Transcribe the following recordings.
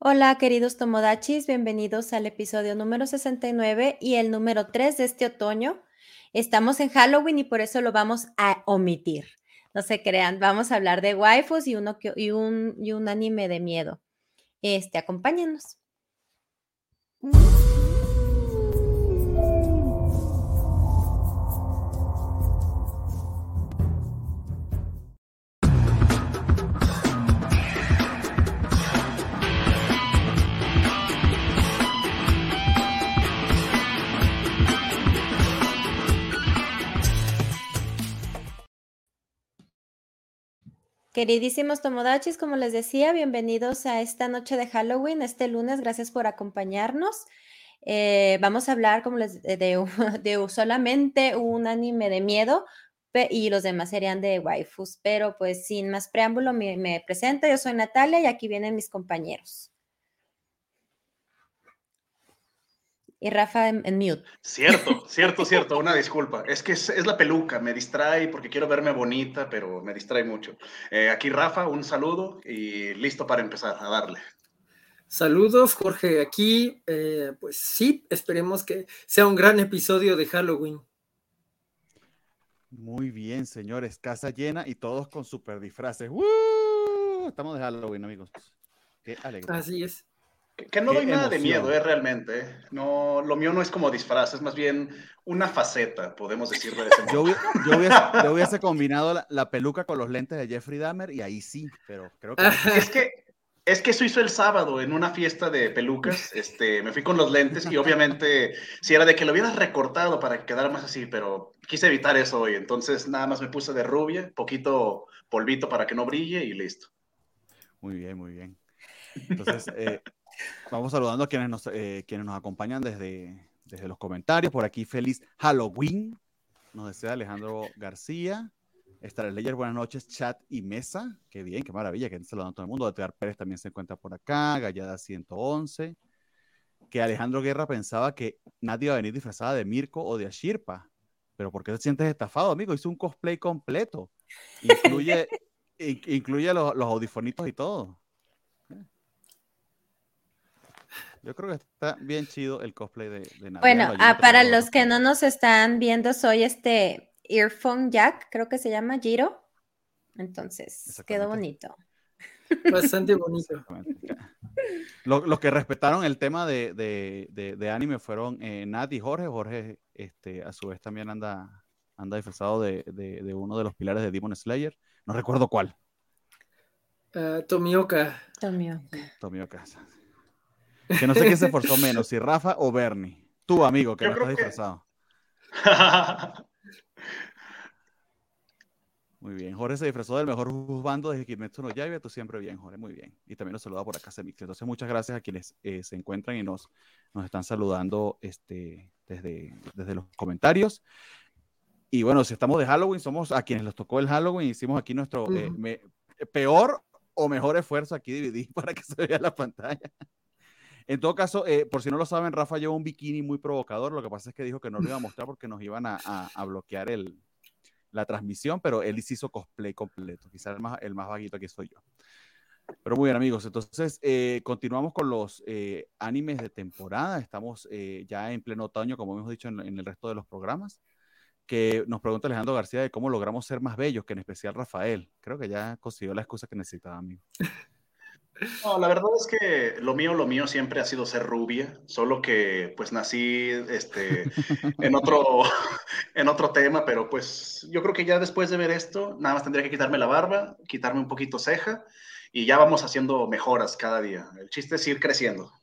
Hola, queridos Tomodachis, bienvenidos al episodio número 69 y el número 3 de este otoño. Estamos en Halloween y por eso lo vamos a omitir. No se crean, vamos a hablar de waifus y un anime de miedo. Acompáñenos. Queridísimos Tomodachis, como les decía, bienvenidos a esta noche de Halloween, este lunes. Gracias por acompañarnos. Vamos a hablar de solamente un anime de miedo y los demás serían de waifus. Pero pues sin más preámbulo me presento. Yo soy Natalia y aquí vienen mis compañeros. Y Rafa en mute. Cierto, una disculpa. Es que es la peluca, me distrae porque quiero verme bonita, pero me distrae mucho. Aquí Rafa, un saludo y listo para empezar a darle. Saludos, Jorge, aquí. Pues sí, esperemos que sea un gran episodio de Halloween. Muy bien, señores, casa llena y todos con super disfraces. ¡Woo! Estamos de Halloween, amigos. Qué alegría. Así es. Que no doy nada de miedo, realmente. No, lo mío no es como disfraz, es más bien una faceta, podemos decirlo de ese modo. Yo hubiese combinado la peluca con los lentes de Jeffrey Dahmer y ahí sí, pero creo que... Es que eso hizo el sábado en una fiesta de pelucas, me fui con los lentes y obviamente si era de que lo hubieras recortado para que quedara más así, pero quise evitar eso hoy, entonces nada más me puse de rubia, poquito polvito para que no brille y listo. Muy bien, muy bien. Entonces, vamos saludando a quienes nos acompañan desde los comentarios. Por aquí, feliz Halloween, nos desea Alejandro García. Star Ledger, buenas noches, chat y mesa. Qué bien, qué maravilla, que saludando a todo el mundo. Edgar Pérez también se encuentra por acá. Gallada 111. Que Alejandro Guerra pensaba que nadie iba a venir disfrazada de Mirko o de Ashirpa. Pero ¿por qué te sientes estafado, amigo? Hizo un cosplay completo. Incluye los audifonitos y todo. Yo creo que está bien chido el cosplay de Nadia. Bueno, para los que no nos están viendo, soy Earphone Jack, creo que se llama Jiro. Entonces, quedó bonito. Bastante bonito. Los que respetaron el tema de anime fueron Nat y Jorge. Jorge, a su vez, también anda disfrazado de uno de los pilares de Demon Slayer. No recuerdo cuál. Tomioka. Que no sé quién se esforzó menos, si Rafa o Bernie. Tú, amigo, que no estás disfrazado. Muy bien. Jorge se disfrazó del mejor juzgando de Kimetsu no Yaiba. Tú siempre bien, Jorge. Muy bien. Y también nos saluda por acá Semix. Entonces, muchas gracias a quienes se encuentran y nos están saludando desde los comentarios. Y bueno, si estamos de Halloween, somos a quienes les tocó el Halloween. Hicimos aquí nuestro peor o mejor esfuerzo aquí dividir para que se vea la pantalla. En todo caso, por si no lo saben, Rafa lleva un bikini muy provocador. Lo que pasa es que dijo que no lo iba a mostrar porque nos iban a bloquear la transmisión, pero él hizo cosplay completo. Quizás el más vaguito aquí soy yo. Pero muy bien, amigos. Entonces, continuamos con los animes de temporada. Estamos ya en pleno otoño, como hemos dicho en el resto de los programas. Que nos pregunta Alejandro García de cómo logramos ser más bellos, que en especial Rafael. Creo que ya consiguió la excusa que necesitaba, amigo. No, la verdad es que lo mío siempre ha sido ser rubia, solo que pues nací en otro tema, pero pues yo creo que ya después de ver esto, nada más tendría que quitarme la barba, quitarme un poquito ceja y ya vamos haciendo mejoras cada día. El chiste es ir creciendo.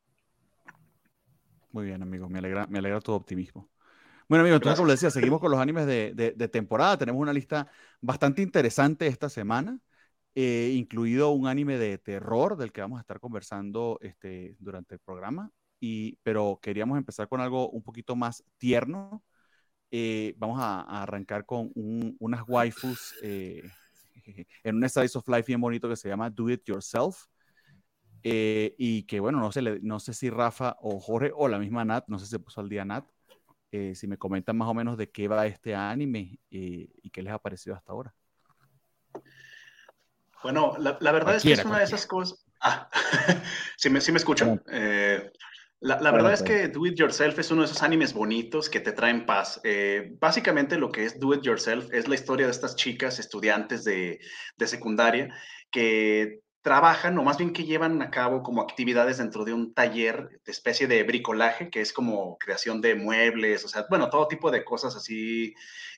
Muy bien, amigo, me alegra tu optimismo. Bueno, amigos, entonces, como les decía, seguimos con los animes de temporada. Tenemos una lista bastante interesante esta semana. Incluido un anime de terror del que vamos a estar conversando durante el programa, pero queríamos empezar con algo un poquito más tierno. Vamos a arrancar con unas waifus en un slice of life bien bonito que se llama Do It Yourself, y que bueno, no sé si Rafa o Jorge o la misma Nat, no sé si se puso al día Nat, si me comentan más o menos de qué va este anime y qué les ha parecido hasta ahora. Bueno, la verdad es que es una de esas cosas. Sí me escuchan. La verdad es que Do It Yourself es uno de esos animes bonitos que te traen paz. Básicamente lo que es Do It Yourself es la historia de estas chicas estudiantes de secundaria que trabajan, o más bien que llevan a cabo como actividades dentro de un taller de especie de bricolaje, que es como creación de muebles, o sea, bueno, todo tipo de cosas así,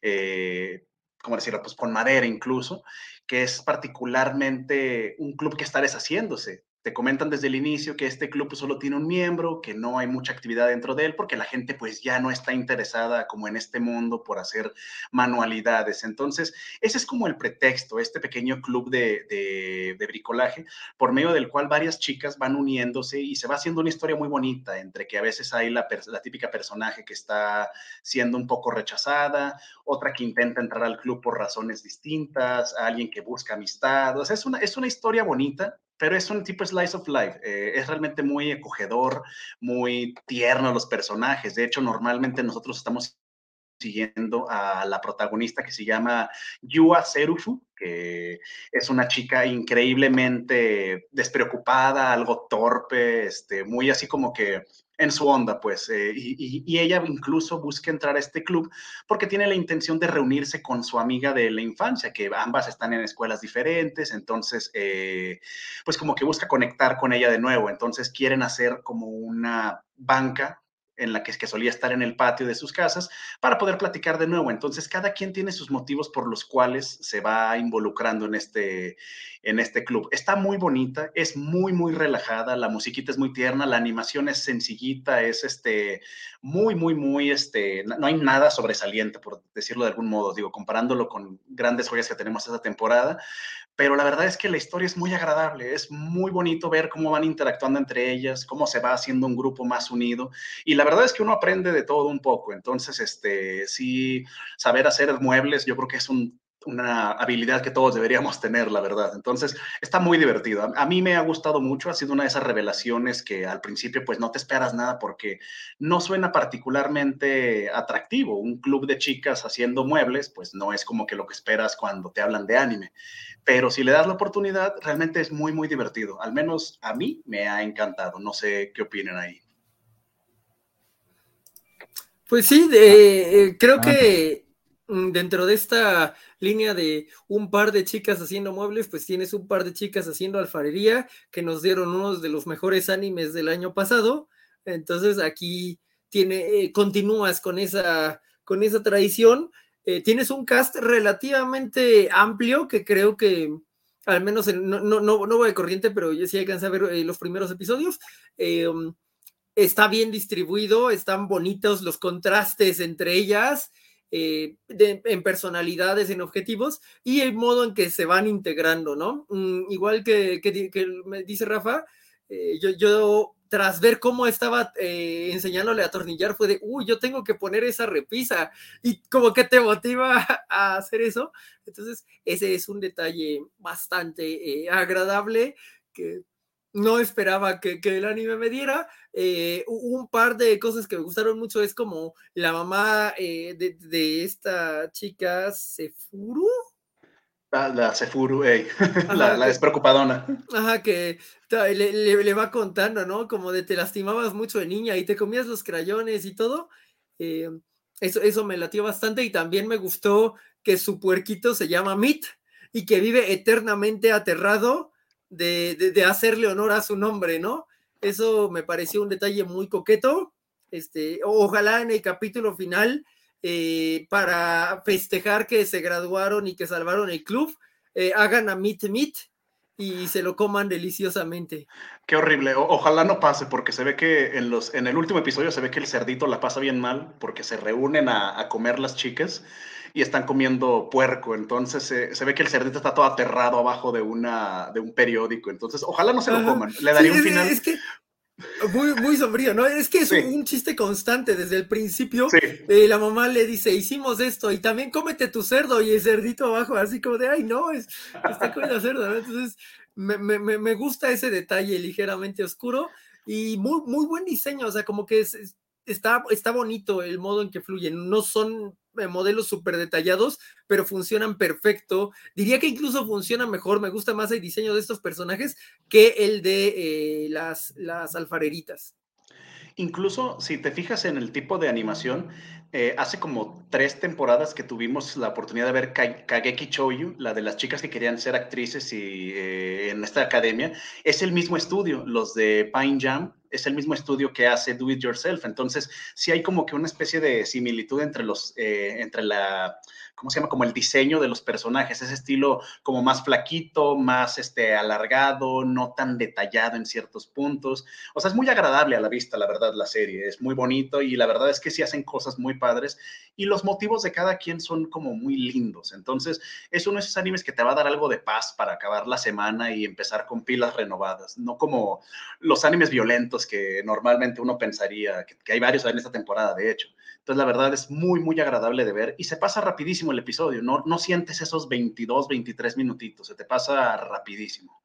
¿cómo decirlo? Pues con madera incluso, que es particularmente un club que está deshaciéndose. Te comentan desde el inicio que este club solo tiene un miembro, que no hay mucha actividad dentro de él, porque la gente pues ya no está interesada como en este mundo por hacer manualidades. Entonces, ese es como el pretexto, este pequeño club de bricolaje, por medio del cual varias chicas van uniéndose y se va haciendo una historia muy bonita, entre que a veces hay la típica personaje que está siendo un poco rechazada, otra que intenta entrar al club por razones distintas, a alguien que busca amistad. O sea, es una historia bonita, pero es un tipo slice of life. Es realmente muy acogedor, muy tierno los personajes. De hecho, normalmente nosotros estamos siguiendo a la protagonista que se llama Yua Serufu, que es una chica increíblemente despreocupada, algo torpe, muy así como que en su onda, pues, y ella incluso busca entrar a este club porque tiene la intención de reunirse con su amiga de la infancia, que ambas están en escuelas diferentes, entonces, pues como que busca conectar con ella de nuevo, entonces quieren hacer como una banca en la que solía estar en el patio de sus casas, para poder platicar de nuevo. Entonces, cada quien tiene sus motivos por los cuales se va involucrando en este club. Está muy bonita, es muy, muy relajada, la musiquita es muy tierna, la animación es sencillita, es muy, muy, muy, no hay nada sobresaliente, por decirlo de algún modo, digo, comparándolo con grandes joyas que tenemos esta temporada, pero la verdad es que la historia es muy agradable, es muy bonito ver cómo van interactuando entre ellas, cómo se va haciendo un grupo más unido, y la verdad es que uno aprende de todo un poco, entonces, sí, saber hacer muebles, yo creo que es una habilidad que todos deberíamos tener, la verdad. Entonces, está muy divertido. A mí me ha gustado mucho, ha sido una de esas revelaciones que al principio pues no te esperas nada porque no suena particularmente atractivo. Un club de chicas haciendo muebles, pues no es como que lo que esperas cuando te hablan de anime. Pero si le das la oportunidad, realmente es muy, muy divertido. Al menos a mí me ha encantado. No sé qué opinen ahí. Pues sí, creo que dentro de esta línea de un par de chicas haciendo muebles, pues tienes un par de chicas haciendo alfarería, que nos dieron uno de los mejores animes del año pasado. Entonces aquí continúas con esa tradición. Tienes un cast relativamente amplio que creo que al menos no voy de corriente, pero yo sí alcancé a ver los primeros episodios. Está bien distribuido, están bonitos los contrastes entre ellas, en personalidades, en objetivos, y el modo en que se van integrando, ¿no? Igual que me dice Rafa, yo tras ver cómo estaba enseñándole a atornillar, fue de, yo tengo que poner esa repisa, y como que te motiva a hacer eso. Entonces, ese es un detalle bastante agradable que no esperaba que el anime me diera. Un par de cosas que me gustaron mucho es como la mamá de esta chica Sefuru. La Sefuru, Ajá, la despreocupadona. Ajá, que le va contando, ¿no? Como de te lastimabas mucho de niña y te comías los crayones y todo. Eh, eso me latió bastante, y también me gustó que su puerquito se llama Meat y que vive eternamente aterrado de hacerle honor a su nombre, ¿no? Eso me pareció un detalle muy coqueto. Ojalá en el capítulo final, para festejar que se graduaron y que salvaron el club, hagan a Meat y se lo coman deliciosamente. Qué horrible. Ojalá no pase, porque se ve que en el último episodio se ve que el cerdito la pasa bien mal, porque se reúnen a comer las chicas y están comiendo puerco. Entonces se ve que el cerdito está todo aterrado abajo de un periódico. Entonces, ojalá no se lo coman. Le sí, daría un final. Es que muy, muy sombrío, ¿no? Es que es Sí. un chiste constante desde el principio. Sí. La mamá le dice, hicimos esto y también cómete tu cerdo, y el cerdito abajo así como de, ay no, está comiendo cerdo, ¿no? Entonces me gusta ese detalle ligeramente oscuro y muy, muy buen diseño, o sea, como que está bonito el modo en que fluyen. No son modelos súper detallados, pero funcionan perfecto. Diría que incluso funciona mejor. Me gusta más el diseño de estos personajes que el de las alfareritas. Incluso si te fijas en el tipo de animación, hace como 3 temporadas que tuvimos la oportunidad de ver Kageki Shouju, la de las chicas que querían ser actrices y en esta academia, es el mismo estudio, los de Pine Jam, es el mismo estudio que hace Do It Yourself. Entonces, sí hay como que una especie de similitud entre la, ¿cómo se llama? Como el diseño de los personajes, ese estilo como más flaquito, más alargado, no tan detallado en ciertos puntos. O sea, es muy agradable a la vista, la verdad, la serie. Es muy bonito y la verdad es que sí hacen cosas muy padres y los motivos de cada quien son como muy lindos. Entonces, es uno de esos animes que te va a dar algo de paz para acabar la semana y empezar con pilas renovadas. No como los animes violentos que normalmente uno pensaría, que hay varios en esta temporada, de hecho. Entonces, la verdad es muy, muy agradable de ver y se pasa rapidísimo el episodio. No sientes esos 22, 23 minutitos, se te pasa rapidísimo.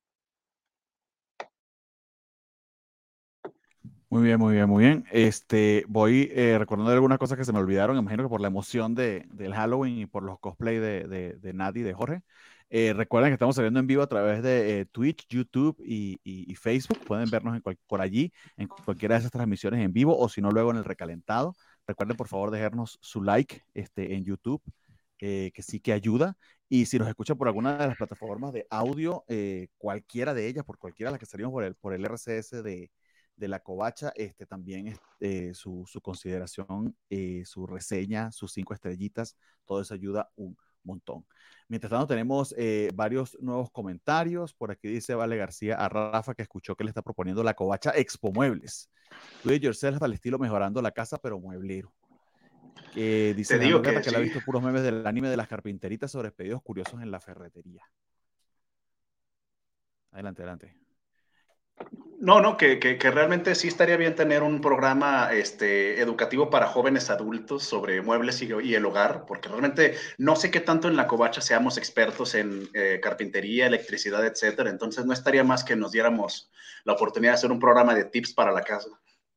Muy bien, muy bien, muy bien. Voy recordando algunas cosas que se me olvidaron. Imagino que por la emoción del Halloween y por los cosplay de Nadi y de Jorge. Recuerden que estamos saliendo en vivo a través de Twitch, YouTube y Facebook. Pueden vernos por allí, en cualquiera de esas transmisiones en vivo o si no, luego en el recalentado. Recuerden, por favor, dejarnos su like en YouTube, que sí que ayuda. Y si nos escuchan por alguna de las plataformas de audio, cualquiera de ellas, por cualquiera de las que salimos por el RCS de la covacha, también su consideración, su reseña, sus 5 estrellitas, todo eso ayuda un montón. Mientras tanto, tenemos varios nuevos comentarios. Por aquí dice Vale García a Rafa que escuchó que le está proponiendo la covacha Expo Muebles. Do it yourself al estilo mejorando la casa, pero mueblero. Que dice Te digo Alejandro Guerra que que él ha sí. visto puros memes del anime de las carpinteritas sobre pedidos curiosos en la ferretería. Adelante, adelante. No, que realmente sí estaría bien tener un programa educativo para jóvenes adultos sobre muebles y el hogar, porque realmente no sé qué tanto en la covacha seamos expertos en carpintería, electricidad, etcétera. Entonces no estaría más que nos diéramos la oportunidad de hacer un programa de tips para la casa.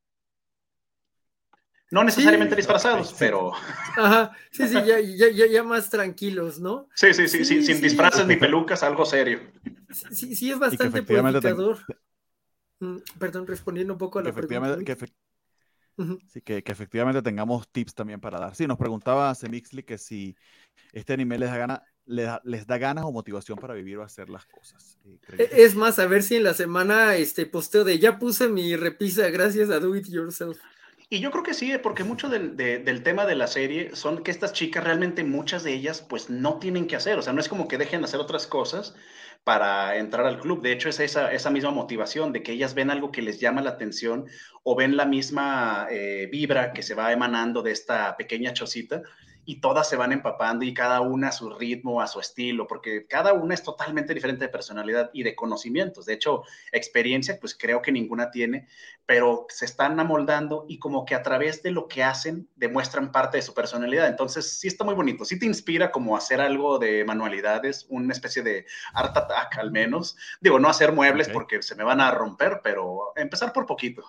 No necesariamente Sí, disfrazados, Sí, pero ajá, sí, ya más tranquilos, ¿no? sí, Sí, sin sí, disfraces ni pelucas, algo serio. sí es y que bastante efectivamente, purificador. Perdón, respondiendo un poco a y que la pregunta. efectivamente, Ujú. sí, que efectivamente tengamos tips también para dar. Sí, nos preguntaba Semixli que si este anime les da ganas o motivación para vivir o hacer las cosas. Creen que Es sí. más, a ver si en la semana posteo de ya puse mi repisa gracias a Do It Yourself. Y yo creo que sí, porque mucho del tema de la serie son que estas chicas realmente muchas de ellas pues no tienen que hacer, o sea, no es como que dejen de hacer otras cosas para entrar al club. De hecho, es esa misma motivación de que ellas ven algo que les llama la atención o ven la misma vibra que se va emanando de esta pequeña chocita y todas se van empapando y cada una a su ritmo, a su estilo, porque cada una es totalmente diferente de personalidad y de conocimientos. De hecho, experiencia, pues creo que ninguna tiene, pero se están amoldando y como que a través de lo que hacen demuestran parte de su personalidad. Entonces sí está muy bonito, sí te inspira como a hacer algo de manualidades, una especie de art attack al menos. Digo, no hacer muebles Ok. porque se me van a romper, pero empezar por poquito.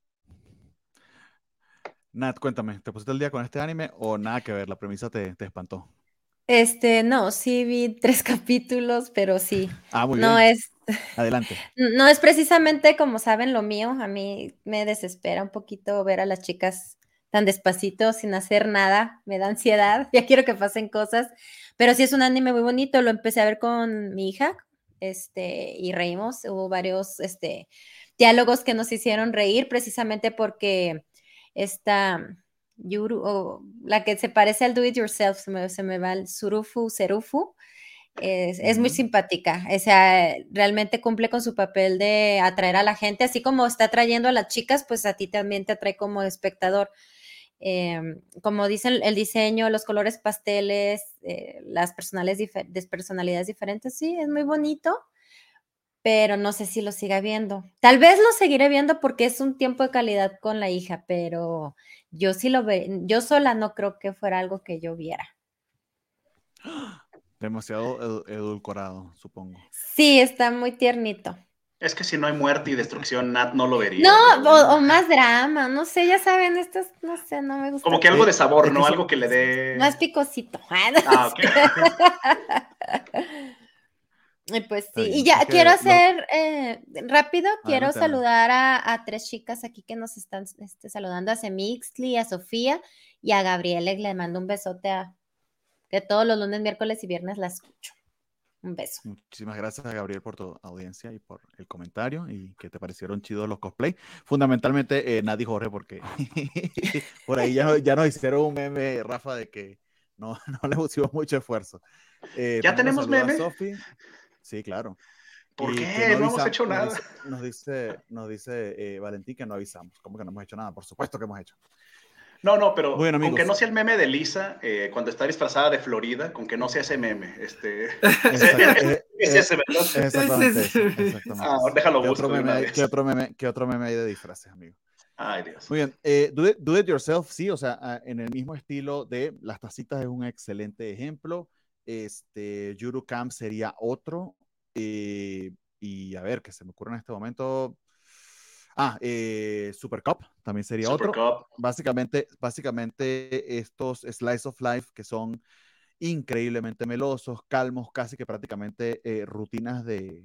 Nat, cuéntame, ¿te pusiste el día con este anime o nada que ver? La premisa te espantó. No, sí vi 3 capítulos, pero sí, Ah, muy no bien. es Adelante. no es precisamente, como saben, lo mío. A mí me desespera un poquito ver a las chicas tan despacito, sin hacer nada, me da ansiedad, ya quiero que pasen cosas, pero sí es un anime muy bonito, lo empecé a ver con mi hija, y reímos, hubo varios, diálogos que nos hicieron reír, precisamente porque esta Yuru, o la que se parece al Do It Yourself, se me va el Serufu, es muy Ujú. simpática, o sea, realmente cumple con su papel de atraer a la gente, así como está atrayendo a las chicas, pues a ti también te atrae como espectador. Como dicen, el diseño, los colores pasteles, las personalidades diferentes, sí, es muy bonito, pero no sé si lo siga viendo. Tal vez lo seguiré viendo porque es un tiempo de calidad con la hija, pero yo sí lo ve, yo sola no creo que fuera algo que yo viera. Demasiado edulcorado, supongo. Sí, está muy tiernito. Es que si no hay muerte y destrucción, Nat no lo vería. No, o más drama, no sé, ya saben, estos, no sé, no me gusta. Como que algo de sabor, Es que ¿no? sí. Algo que le dé... Más picosito. Ah, ok. Pues Está sí, y bien, ya es que quiero hacer rápido, quiero Adelante, adelante. saludar a 3 chicas aquí que nos están saludando, a Semixli, a Sofía y a Gabriele, le mando un besote que todos los lunes, miércoles y viernes la escucho. Un beso. Muchísimas gracias, Gabriel, por tu audiencia y por el comentario y que te parecieron chidos los cosplay. Fundamentalmente, Nat y Jorge, porque por ahí ya nos hicieron un meme, Rafa, de que no le pusimos mucho esfuerzo. ¿Ya También nos tenemos saluda meme? Sofi. Sí, claro. ¿Por Y qué? que no No hemos avisamos, hecho nada. nos dice Valentín que no avisamos. ¿Cómo que no hemos hecho nada? Por supuesto que hemos hecho. No, pero Bueno, con que amigos. no sea el meme de Lisa cuando está disfrazada de Florida, con que no sea ese meme. Es ese, ¿verdad? Exactamente ese. Exactamente Ah, ese. déjalo ¿Qué busco otro de una meme hay, vez. qué otro meme hay de disfraces, amigo? Ay, Dios. Muy bien. Do it yourself, sí, o sea, en el mismo estilo de las tacitas es un excelente ejemplo. Yuru Camp sería otro. Y a ver, que se me ocurre en este momento. Super Cup también sería Super otro. Cup. Básicamente estos Slice of Life que son increíblemente melosos, calmos, casi que prácticamente rutinas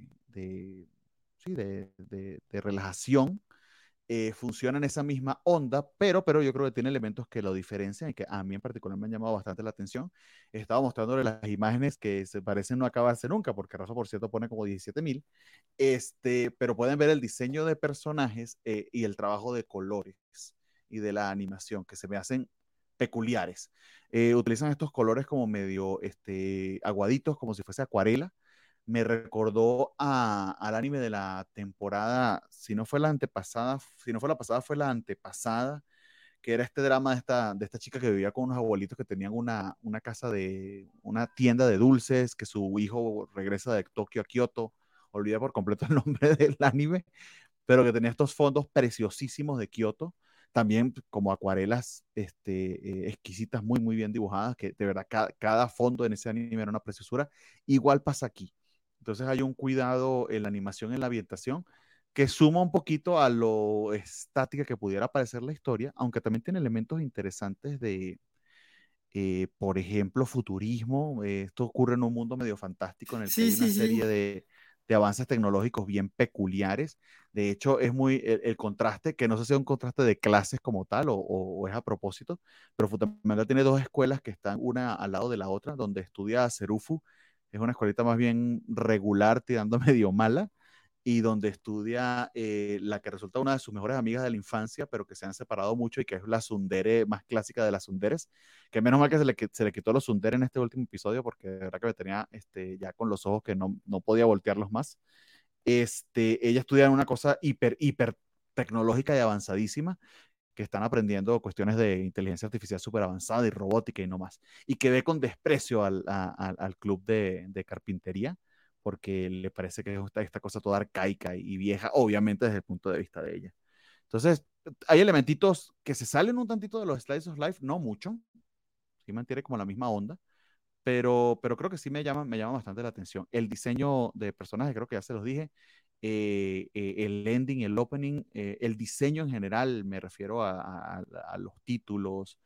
sí, de relajación, funciona en esa misma onda, pero yo creo que tiene elementos que lo diferencian y que a mí en particular me han llamado bastante la atención. He estado mostrándole las imágenes que se parecen no acabarse nunca, porque Rafa, por cierto, pone como 17,000, pero pueden ver el diseño de personajes y el trabajo de colores y de la animación, que se me hacen peculiares. Utilizan estos colores como medio aguaditos, como si fuese acuarela. Me recordó al anime de la temporada, si no fue la antepasada, si no fue la pasada, fue la antepasada, que era este drama de esta chica que vivía con unos abuelitos que tenían una casa una tienda de dulces, que su hijo regresa de Tokio a Kioto, olvidé por completo el nombre del anime, pero que tenía estos fondos preciosísimos de Kioto, también como acuarelas exquisitas, muy, muy bien dibujadas, que de verdad cada fondo en ese anime era una preciosura. Igual pasa aquí. Entonces hay un cuidado en la animación, en la ambientación, que suma un poquito a lo estática que pudiera parecer la historia, aunque también tiene elementos interesantes por ejemplo, futurismo. Esto ocurre en un mundo medio fantástico en el que Sí, hay una sí, sí. serie de avances tecnológicos bien peculiares. De hecho, es muy el contraste, que no sé si es un contraste de clases como tal o es a propósito, pero fundamentalmente tiene dos escuelas que están una al lado de la otra, donde estudia Serufu, es una escuelita más bien regular, tirando medio mala, y donde estudia la que resulta una de sus mejores amigas de la infancia, pero que se han separado mucho y que es la tsundere más clásica de las tsunderes, que menos mal que se le quitó los tsundere en este último episodio, porque de verdad que me tenía ya con los ojos que no podía voltearlos más. Ella estudia una cosa hiper tecnológica y avanzadísima, que están aprendiendo cuestiones de inteligencia artificial súper avanzada y robótica y no más, y que ve con desprecio al club de carpintería, porque le parece que es esta cosa toda arcaica y vieja, obviamente desde el punto de vista de ella. Entonces, hay elementitos que se salen un tantito de los Slice of Life, no mucho, sí mantiene como la misma onda, pero creo que sí me llama bastante la atención. El diseño de personajes, creo que ya se los dije, el ending, el opening, el diseño en general, me refiero a los títulos,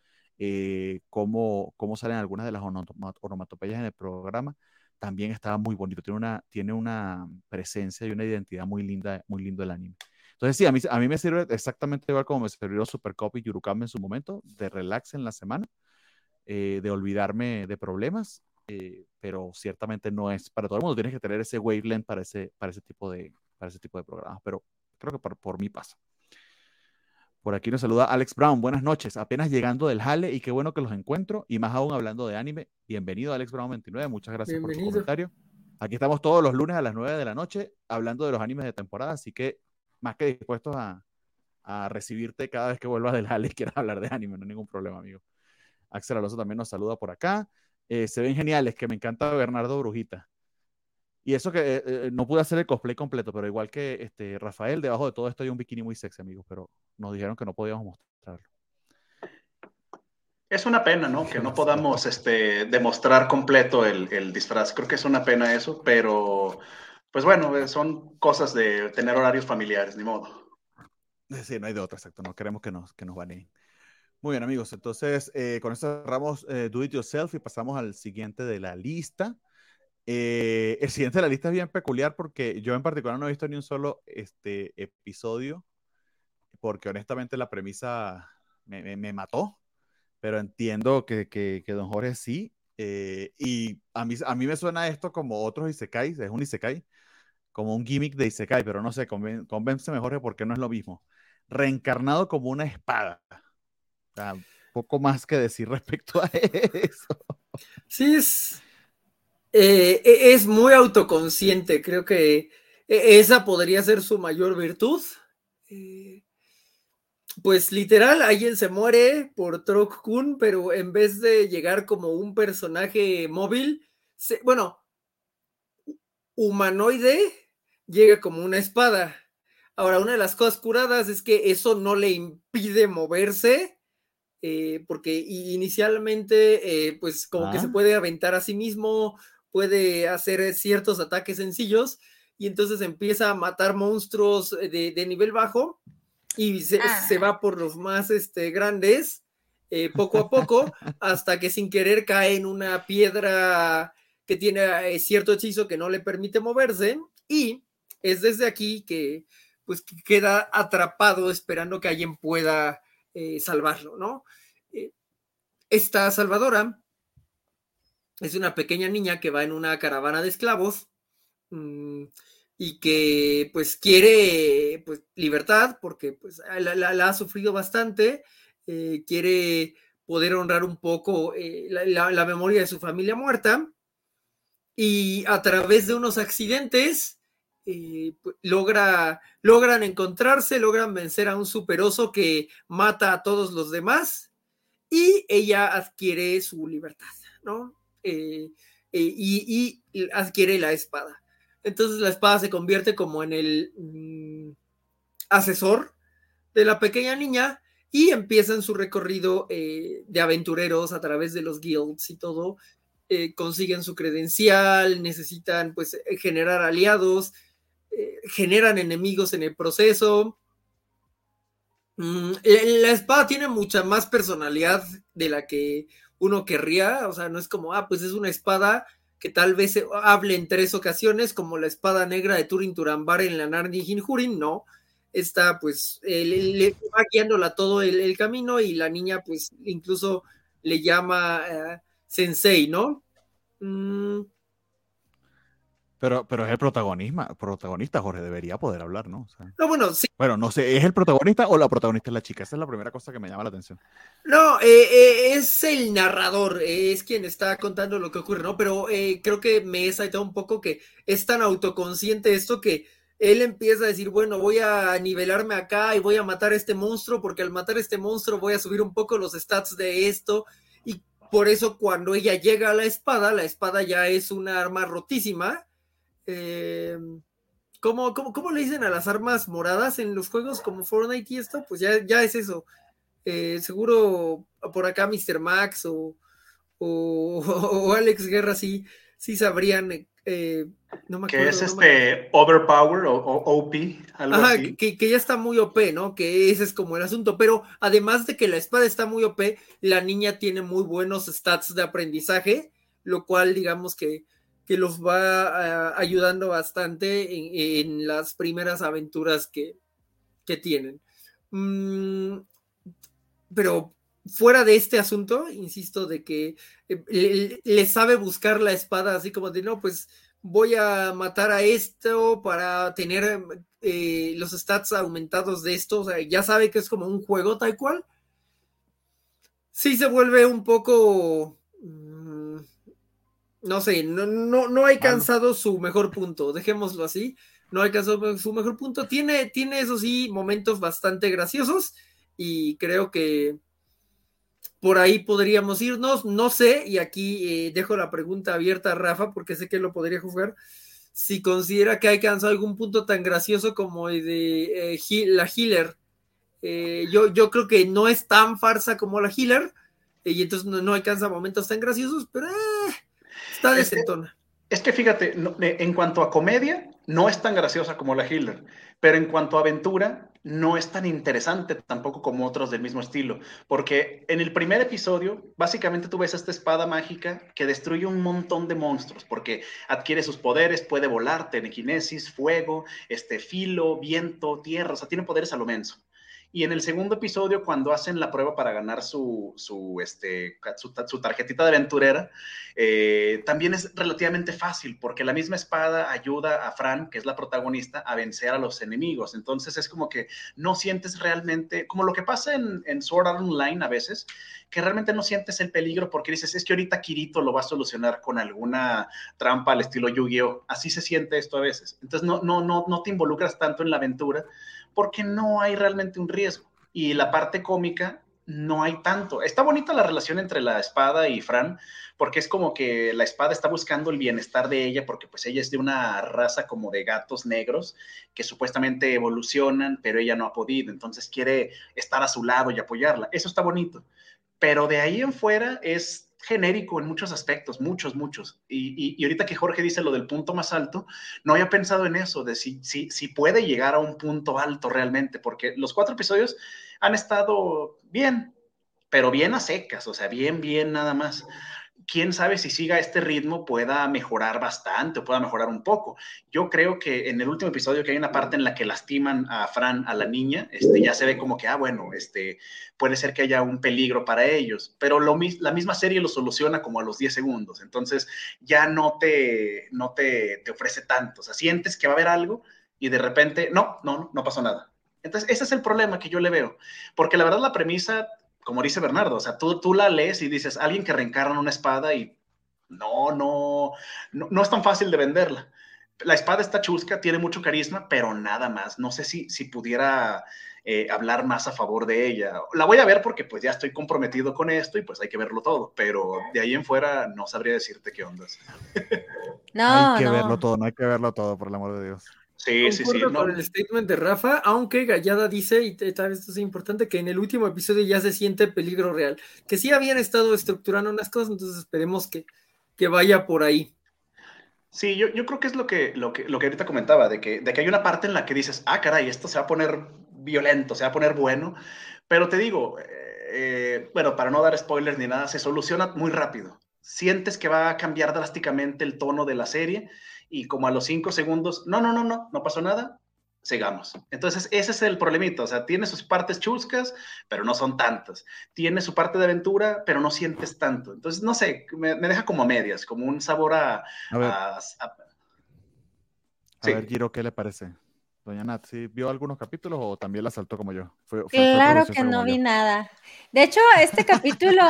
cómo salen algunas de las onomatopeyas en el programa, también estaba muy bonito, tiene una presencia y una identidad muy lindo el anime. Entonces sí, a mí me sirve exactamente igual como me sirvió Super Copy y Yurukame en su momento, de relax en la semana, de olvidarme de problemas, pero ciertamente no es para todo el mundo. Tienes que tener ese wavelength para ese tipo de programas, pero creo que por mí pasa. Por aquí nos saluda Alex Brown. Buenas noches. Apenas llegando del jale y qué bueno que los encuentro. Y más aún hablando de anime. Bienvenido, Alex Brown 29. Muchas gracias por tu comentario. Aquí estamos todos los lunes a las 9 de la noche hablando de los animes de temporada. Así que más que dispuestos a recibirte cada vez que vuelvas del jale y quieras hablar de anime. No hay ningún problema, amigo. Axel Alonso también nos saluda por acá. Se ven geniales, que me encanta Bernardo Brujita. Y eso que no pude hacer el cosplay completo, pero igual que Rafael, debajo de todo esto hay un bikini muy sexy, amigos, pero nos dijeron que no podíamos mostrarlo. Es una pena, ¿no? Que no podamos demostrar completo el disfraz. Creo que es una pena eso, pero pues bueno, son cosas de tener horarios familiares, ni modo. Sí, no hay de otra, exacto. No queremos que nos baneen. Muy bien, amigos. Entonces, con esto cerramos Do It Yourself y pasamos al siguiente de la lista. El siguiente de la lista es bien peculiar porque yo en particular no he visto ni un solo episodio, porque honestamente la premisa me mató, pero entiendo que Don Jorge sí. Y a mí me suena esto como otros isekais, es un isekai, como un gimmick de isekai, pero no sé, convénceme Jorge porque no es lo mismo. Reencarnado como una espada. O sea, poco más que decir respecto a eso. Sí, es muy autoconsciente, creo que esa podría ser su mayor virtud. Pues literal, alguien se muere por Troc Kun, pero en vez de llegar como un personaje móvil, bueno, humanoide, llega como una espada. Ahora, una de las cosas curadas es que eso no le impide moverse, porque inicialmente, pues como que se puede aventar a sí mismo, puede hacer ciertos ataques sencillos, y entonces empieza a matar monstruos de nivel bajo, y se va por los más grandes, poco a poco, hasta que sin querer cae en una piedra que tiene cierto hechizo que no le permite moverse, y es desde aquí que pues queda atrapado esperando que alguien pueda salvarlo, ¿no? Esta salvadora es una pequeña niña que va en una caravana de esclavos y que pues quiere pues libertad porque pues la ha sufrido bastante, quiere poder honrar un poco la memoria de su familia muerta, y a través de unos accidentes logran encontrarse, logran vencer a un superoso que mata a todos los demás, y ella adquiere su libertad, ¿no? Y adquiere la espada. Entonces la espada se convierte como en el asesor de la pequeña niña, y empiezan su recorrido de aventureros a través de los guilds y todo. Consiguen su credencial, necesitan pues generar aliados, generan enemigos en el proceso. La espada tiene mucha más personalidad de la que uno querría, o sea, no es como, pues es una espada que tal vez hable en 3 ocasiones, como la espada negra de Turin Turambar en la Narni Hinjurin, no. Esta, pues, le va guiándola todo el camino, y la niña, pues, incluso le llama Sensei, ¿no? Pero es el protagonista, Jorge, debería poder hablar, ¿no? O sea, No, bueno, sí. bueno, no sé, ¿es el protagonista o la protagonista es la chica? Esa es la primera cosa que me llama la atención. No, es el narrador, es quien está contando lo que ocurre, ¿no? Pero creo que me he saltado un poco que es tan autoconsciente esto que él empieza a decir, bueno, voy a nivelarme acá y voy a matar a este monstruo, porque al matar a este monstruo voy a subir un poco los stats de esto, y por eso cuando ella llega a la espada ya es una arma rotísima. ¿Cómo le dicen a las armas moradas en los juegos como Fortnite y esto? Pues ya es eso. Seguro por acá Mr. Max o Alex Guerra sí sabrían, no me acuerdo. Que es Overpower o OP, algo así. Que ya está muy OP, ¿no? Que ese es como el asunto, pero además de que la espada está muy OP, la niña tiene muy buenos stats de aprendizaje, lo cual digamos que los va ayudando bastante en las primeras aventuras que tienen. Pero fuera de este asunto, insisto, de que le sabe buscar la espada, así como de, no, pues voy a matar a esto para tener los stats aumentados de esto, o sea, ya sabe que es como un juego tal cual. Sí se vuelve un poco, no sé, no ha alcanzado su mejor punto, dejémoslo así, no ha alcanzado su mejor punto, tiene eso sí, momentos bastante graciosos, y creo que por ahí podríamos irnos, no sé, y aquí dejo la pregunta abierta a Rafa, porque sé que lo podría jugar, si considera que ha alcanzado algún punto tan gracioso como el de la Healer. Yo creo que no es tan farsa como la Healer, y entonces no alcanza momentos tan graciosos, pero está decentona. Es que fíjate, en cuanto a comedia, no es tan graciosa como la Hilder, pero en cuanto a aventura, no es tan interesante tampoco como otros del mismo estilo, porque en el primer episodio, básicamente tú ves esta espada mágica que destruye un montón de monstruos, porque adquiere sus poderes, puede volar, telequinesis, fuego, filo, viento, tierra, o sea, tiene poderes a lo menso. Y en el segundo episodio, cuando hacen la prueba para ganar su tarjetita de aventurera, también es relativamente fácil, porque la misma espada ayuda a Fran, que es la protagonista, a vencer a los enemigos. Entonces es como que no sientes realmente, como lo que pasa en Sword Art Online a veces, que realmente no sientes el peligro porque dices, es que ahorita Kirito lo va a solucionar con alguna trampa al estilo Yu-Gi-Oh! Así se siente esto a veces. Entonces no te involucras tanto en la aventura porque no hay realmente un riesgo. Y la parte cómica no hay tanto. Está bonita la relación entre la espada y Fran, porque es como que la espada está buscando el bienestar de ella, porque pues ella es de una raza como de gatos negros que supuestamente evolucionan, pero ella no ha podido, entonces quiere estar a su lado y apoyarla. Eso está bonito. Pero de ahí en fuera es genérico en muchos aspectos, muchos. Y ahorita que Jorge dice lo del punto más alto, no había pensado en eso, de si puede llegar a un punto alto realmente, porque los 4 episodios han estado bien, pero bien a secas, o sea, bien nada más. Quién sabe si siga este ritmo pueda mejorar bastante o pueda mejorar un poco. Yo creo que en el último episodio que hay una parte en la que lastiman a Fran, a la niña, ya se ve como que, bueno, puede ser que haya un peligro para ellos, pero la misma serie lo soluciona como a los 10 segundos, entonces ya no te ofrece tanto, o sea, sientes que va a haber algo y de repente, no pasó nada. Entonces, ese es el problema que yo le veo, porque la verdad la premisa como dice Bernardo, o sea, tú la lees y dices, alguien que reencarna una espada y no es tan fácil de venderla. La espada está chusca, tiene mucho carisma, pero nada más. No sé si pudiera hablar más a favor de ella. La voy a ver porque pues ya estoy comprometido con esto y pues hay que verlo todo, pero de ahí en fuera no sabría decirte qué ondas. Hay No, que verlo no. todo, no hay que verlo todo, por el amor de Dios. Sí, Concuerdo no. con el statement de Rafa, aunque Gallada dice, y tal vez esto es importante, que en el último episodio ya se siente peligro real, que sí habían estado estructurando unas cosas, entonces esperemos que vaya por ahí. Sí, yo creo que es lo que ahorita comentaba, de que hay una parte en la que dices, caray, esto se va a poner violento, se va a poner bueno, pero te digo, bueno, para no dar spoilers ni nada, se soluciona muy rápido. Sientes que va a cambiar drásticamente el tono de la serie y como a los 5 segundos, no pasó nada, sigamos. Entonces, ese es el problemita, o sea, tiene sus partes chuscas, pero no son tantas. Tiene su parte de aventura, pero no sientes tanto. Entonces, no sé, me deja como a medias, como un sabor a, A ver, a, a- a ver, sí. Giro, ¿qué le parece? Doña Nat, ¿sí vio algunos capítulos o también la saltó como yo? Fue Claro que prejuiciosa no como vi yo. nada. De hecho, este capítulo,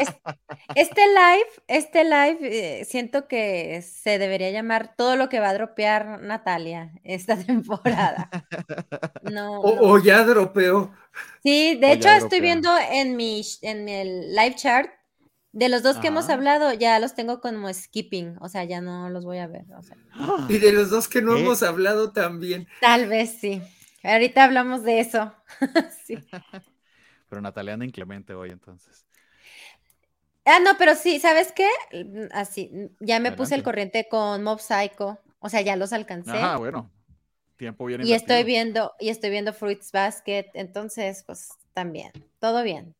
este live, siento que se debería llamar todo lo que va a dropear Natalia esta temporada. No, O no. ya dropeó. Sí, de O hecho ya estoy dropea. viendo en el live chart de los dos que hemos Ajá. hablado, ya los tengo como skipping, o sea, ya no los voy a ver, o sea, Y de los dos que no ¿Qué? hemos hablado también. tal vez sí. Ahorita hablamos de eso. Sí. Pero Natalia anda inclemente hoy, entonces. No, pero sí, ¿sabes qué? Así, ya me puse el Adelante. corriente con Mob Psycho, o sea, ya los Ajá, alcancé bueno, tiempo bien y invertido. estoy viendo Fruits Basket, entonces, pues también, todo bien.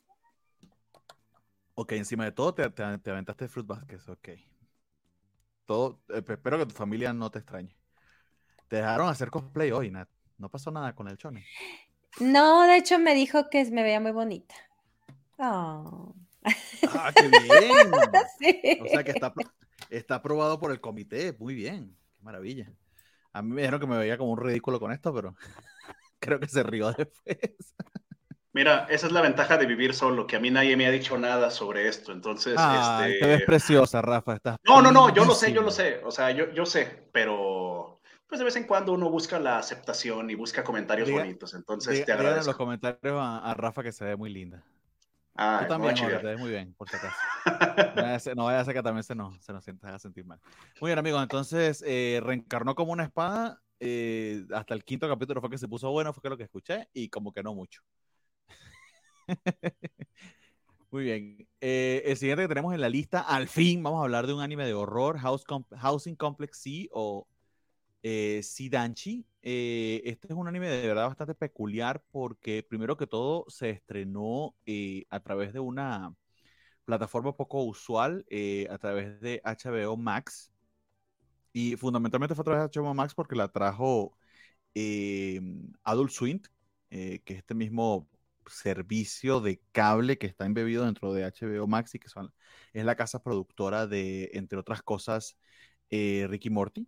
Ok, encima de todo te aventaste Fruit Basket, ok. Todo, espero que tu familia no te extrañe. Te dejaron hacer cosplay hoy, Nat. No pasó nada con el Shonen. No, de hecho me dijo que me veía muy bonita. Oh. ¡Ah, qué bien! O sea que Sí. está aprobado por el comité. Muy bien. Qué maravilla. A mí me dijeron que me veía como un ridículo con esto, pero creo que se rió después. Mira, esa es la ventaja de vivir solo, que a mí nadie me ha dicho nada sobre esto. Entonces, Ay, te ves preciosa, Rafa. Estás no, yo lo sé, lindísima. o sea, yo sé, pero pues de vez en cuando uno busca la aceptación y busca comentarios Diga, bonitos, entonces te Díganle en los agradezco. comentarios a Rafa que se ve muy linda. Tú Me voy a también, Jorge, te chiviar. ves muy bien, por si acaso. No vaya a ser que también se nos haga sentir mal. Muy bien, amigos. Entonces, reencarnó como una espada. Hasta el quinto capítulo fue que se puso bueno, fue que lo que escuché, y como que no mucho. Muy bien. El siguiente que tenemos en la lista, al fin vamos a hablar de un anime de horror, Housing Complex C o Sidanchi. Este es un anime de verdad bastante peculiar porque primero que todo se estrenó a través de una plataforma poco usual, a través de HBO Max. Y fundamentalmente fue a través de HBO Max porque la trajo Adult Swim, que es este mismo servicio de cable que está embebido dentro de HBO Max y que es la casa productora de, entre otras cosas, Ricky Morty.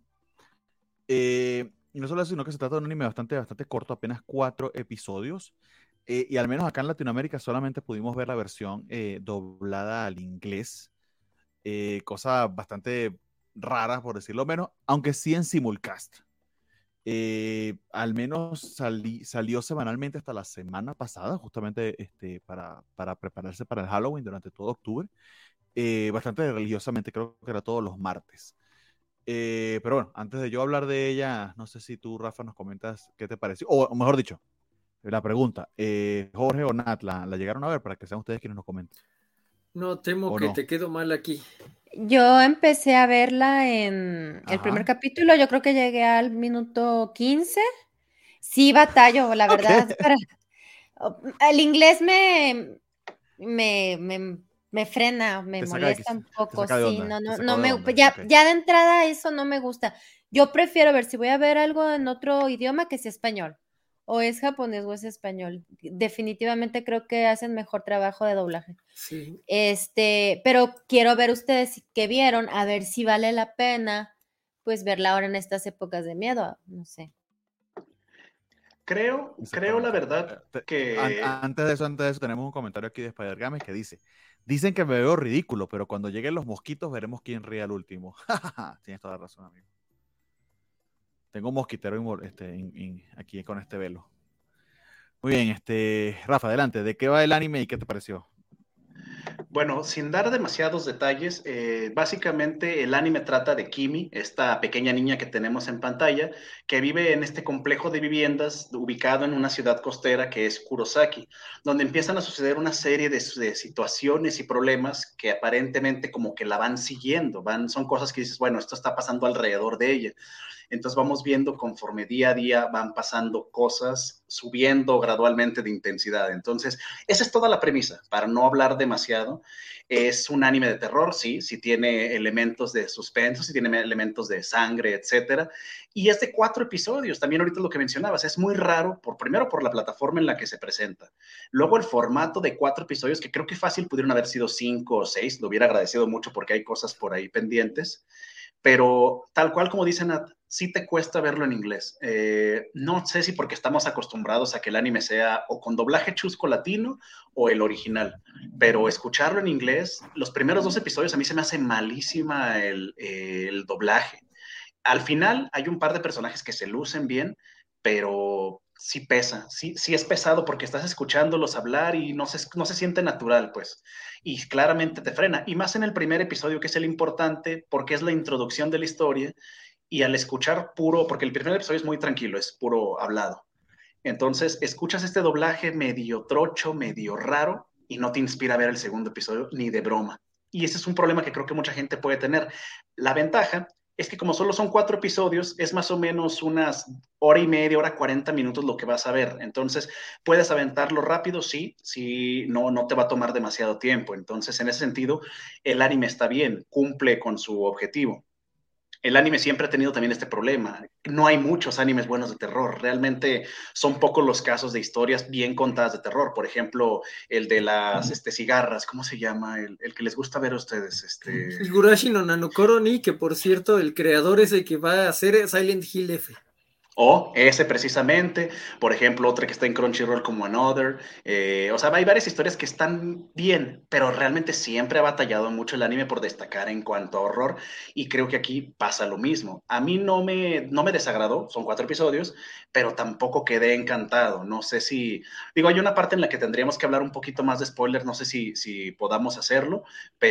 Y no solo eso, sino que se trata de un anime bastante corto, apenas 4 episodios. Y al menos acá en Latinoamérica solamente pudimos ver la versión doblada al inglés. Cosa bastante rara, por decirlo menos, aunque sí en simulcast. Al menos salió semanalmente hasta la semana pasada, justamente para prepararse para el Halloween durante todo octubre. Bastante religiosamente, creo que era todos los martes. Pero bueno, antes de yo hablar de ella, no sé si tú, Rafa, nos comentas qué te pareció, o mejor dicho, la pregunta, Jorge o Nat, ¿la llegaron a ver para que sean ustedes quienes nos comenten? No, temo ¿O que no? te quedo mal aquí. Yo empecé a verla en el Ajá. primer capítulo, yo creo que llegué al minuto 15. Sí, batallo, la verdad, el inglés me frena, me Te saca de molesta quicio, un te poco, saca de sí, onda, te no, sacó no de me, onda. ya, Ok. ya de entrada eso no me gusta. Yo prefiero ver si voy a ver algo en otro idioma que sea español, o es japonés o es español. Definitivamente creo que hacen mejor trabajo de doblaje. Sí. Pero quiero ver ustedes qué vieron, a ver si vale la pena, pues verla ahora en estas épocas de miedo, no sé. Creo la Exactamente. verdad que Antes de eso, tenemos un comentario aquí de Spider-Games que dicen que me veo ridículo, pero cuando lleguen los mosquitos veremos quién ríe al último. Tienes toda la razón, amigo. Tengo un mosquitero aquí con este velo. Muy bien, Rafa, adelante. ¿De qué va el anime y qué te pareció? bueno, sin dar demasiados detalles, básicamente el anime trata de Kimi, esta pequeña niña que tenemos en pantalla, que vive en este complejo de viviendas ubicado en una ciudad costera que es Kurosaki, donde empiezan a suceder una serie de situaciones y problemas que aparentemente como que la van siguiendo, son cosas que dices, bueno, esto está pasando alrededor de ella. Entonces vamos viendo conforme día a día van pasando cosas, subiendo gradualmente de intensidad. Entonces, esa es toda la premisa, para no hablar demasiado. Es un anime de terror, sí tiene elementos de suspenso, sí tiene elementos de sangre, etcétera. Y es de 4 episodios, también ahorita lo que mencionabas, es muy raro, primero por la plataforma en la que se presenta. Luego el formato de 4 episodios, que creo que fácil pudieron haber sido 5 o 6, lo hubiera agradecido mucho porque hay cosas por ahí pendientes. Pero tal cual como dice Nat, sí te cuesta verlo en inglés. No sé si porque estamos acostumbrados a que el anime sea o con doblaje chusco latino o el original, pero escucharlo en inglés, los primeros 2 episodios a mí se me hace malísima el doblaje. Al final hay un par de personajes que se lucen bien, pero sí pesa, sí es pesado porque estás escuchándolos hablar y no se siente natural, pues. Y claramente te frena. Y más en el primer episodio, que es el importante, porque es la introducción de la historia. Y al escuchar puro, porque el primer episodio es muy tranquilo, es puro hablado. Entonces, escuchas este doblaje medio trocho, medio raro, y no te inspira a ver el segundo episodio ni de broma. Y ese es un problema que creo que mucha gente puede tener. La ventaja es que como solo son 4 episodios, es más o menos unas hora y media, hora 40 minutos lo que vas a ver. Entonces, puedes aventarlo rápido, sí, no te va a tomar demasiado tiempo. Entonces, en ese sentido, el anime está bien, cumple con su objetivo. El anime siempre ha tenido también este problema. No hay muchos animes buenos de terror. Realmente son pocos los casos de historias bien contadas de terror. Por ejemplo, el de las cigarras, ¿cómo se llama? El que les gusta ver a ustedes. Higurashi no Nanokoro ni, que por cierto, el creador es el que va a hacer Silent Hill F. O ese precisamente, por ejemplo, otra que está en Crunchyroll como Another. O sea, hay varias historias que están bien, pero realmente siempre ha batallado mucho el anime por destacar en cuanto a horror, y creo que aquí pasa lo mismo. A mí no me desagradó, son 4 episodios, pero tampoco quedé encantado. No sé si, digo, hay una parte en la que tendríamos que hablar un poquito más de spoilers, no sé si podamos hacerlo,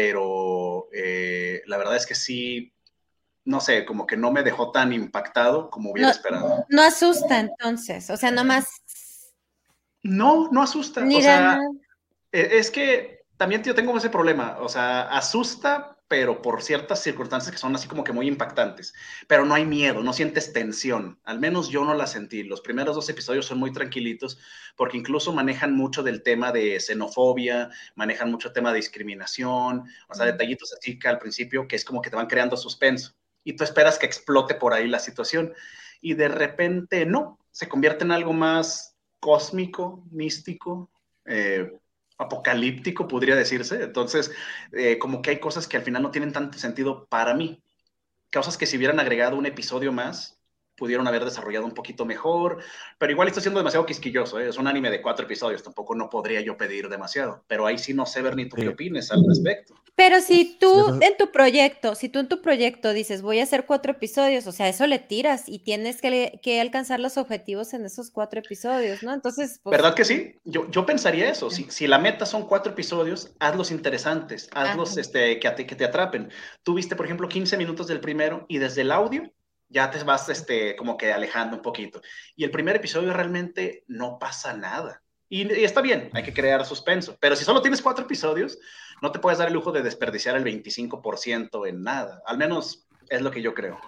pero la verdad es que sí, no sé, como que no me dejó tan impactado como hubiera No, esperado. no asusta entonces, o sea, nomás No asusta. ni O da sea, nada. es que también yo tengo ese problema, o sea, asusta, pero por ciertas circunstancias que son así como que muy impactantes, pero no hay miedo, no sientes tensión, al menos yo no la sentí. Los primeros 2 episodios son muy tranquilitos porque incluso manejan mucho del tema de xenofobia, manejan mucho el tema de discriminación, o sea, detallitos así que al principio que es como que te van creando suspenso y tú esperas que explote por ahí la situación y de repente no, se convierte en algo más cósmico, místico, apocalíptico, podría decirse. Entonces, como que hay cosas que al final no tienen tanto sentido para mí. Cosas que si hubieran agregado un episodio más, pudieron haber desarrollado un poquito mejor, pero igual estoy siendo demasiado quisquilloso, ¿eh? Es un anime de 4 episodios, tampoco no podría yo pedir demasiado, pero ahí sí no sé, Bernie, ¿tú qué opines al respecto? Pero si tú en tu proyecto dices, voy a hacer 4 episodios, o sea, eso le tiras y tienes que alcanzar los objetivos en esos 4 episodios, ¿no? Entonces, pues... ¿Verdad que sí? Yo pensaría eso. Si la meta son 4 episodios, hazlos interesantes, hazlos que te atrapen. Tú viste, por ejemplo, 15 minutos del primero y desde el audio ya te vas como que alejando un poquito. Y el primer episodio realmente no pasa nada. Y está bien, hay que crear suspenso. Pero si solo tienes 4 episodios, no te puedes dar el lujo de desperdiciar el 25% en nada. Al menos es lo que yo creo.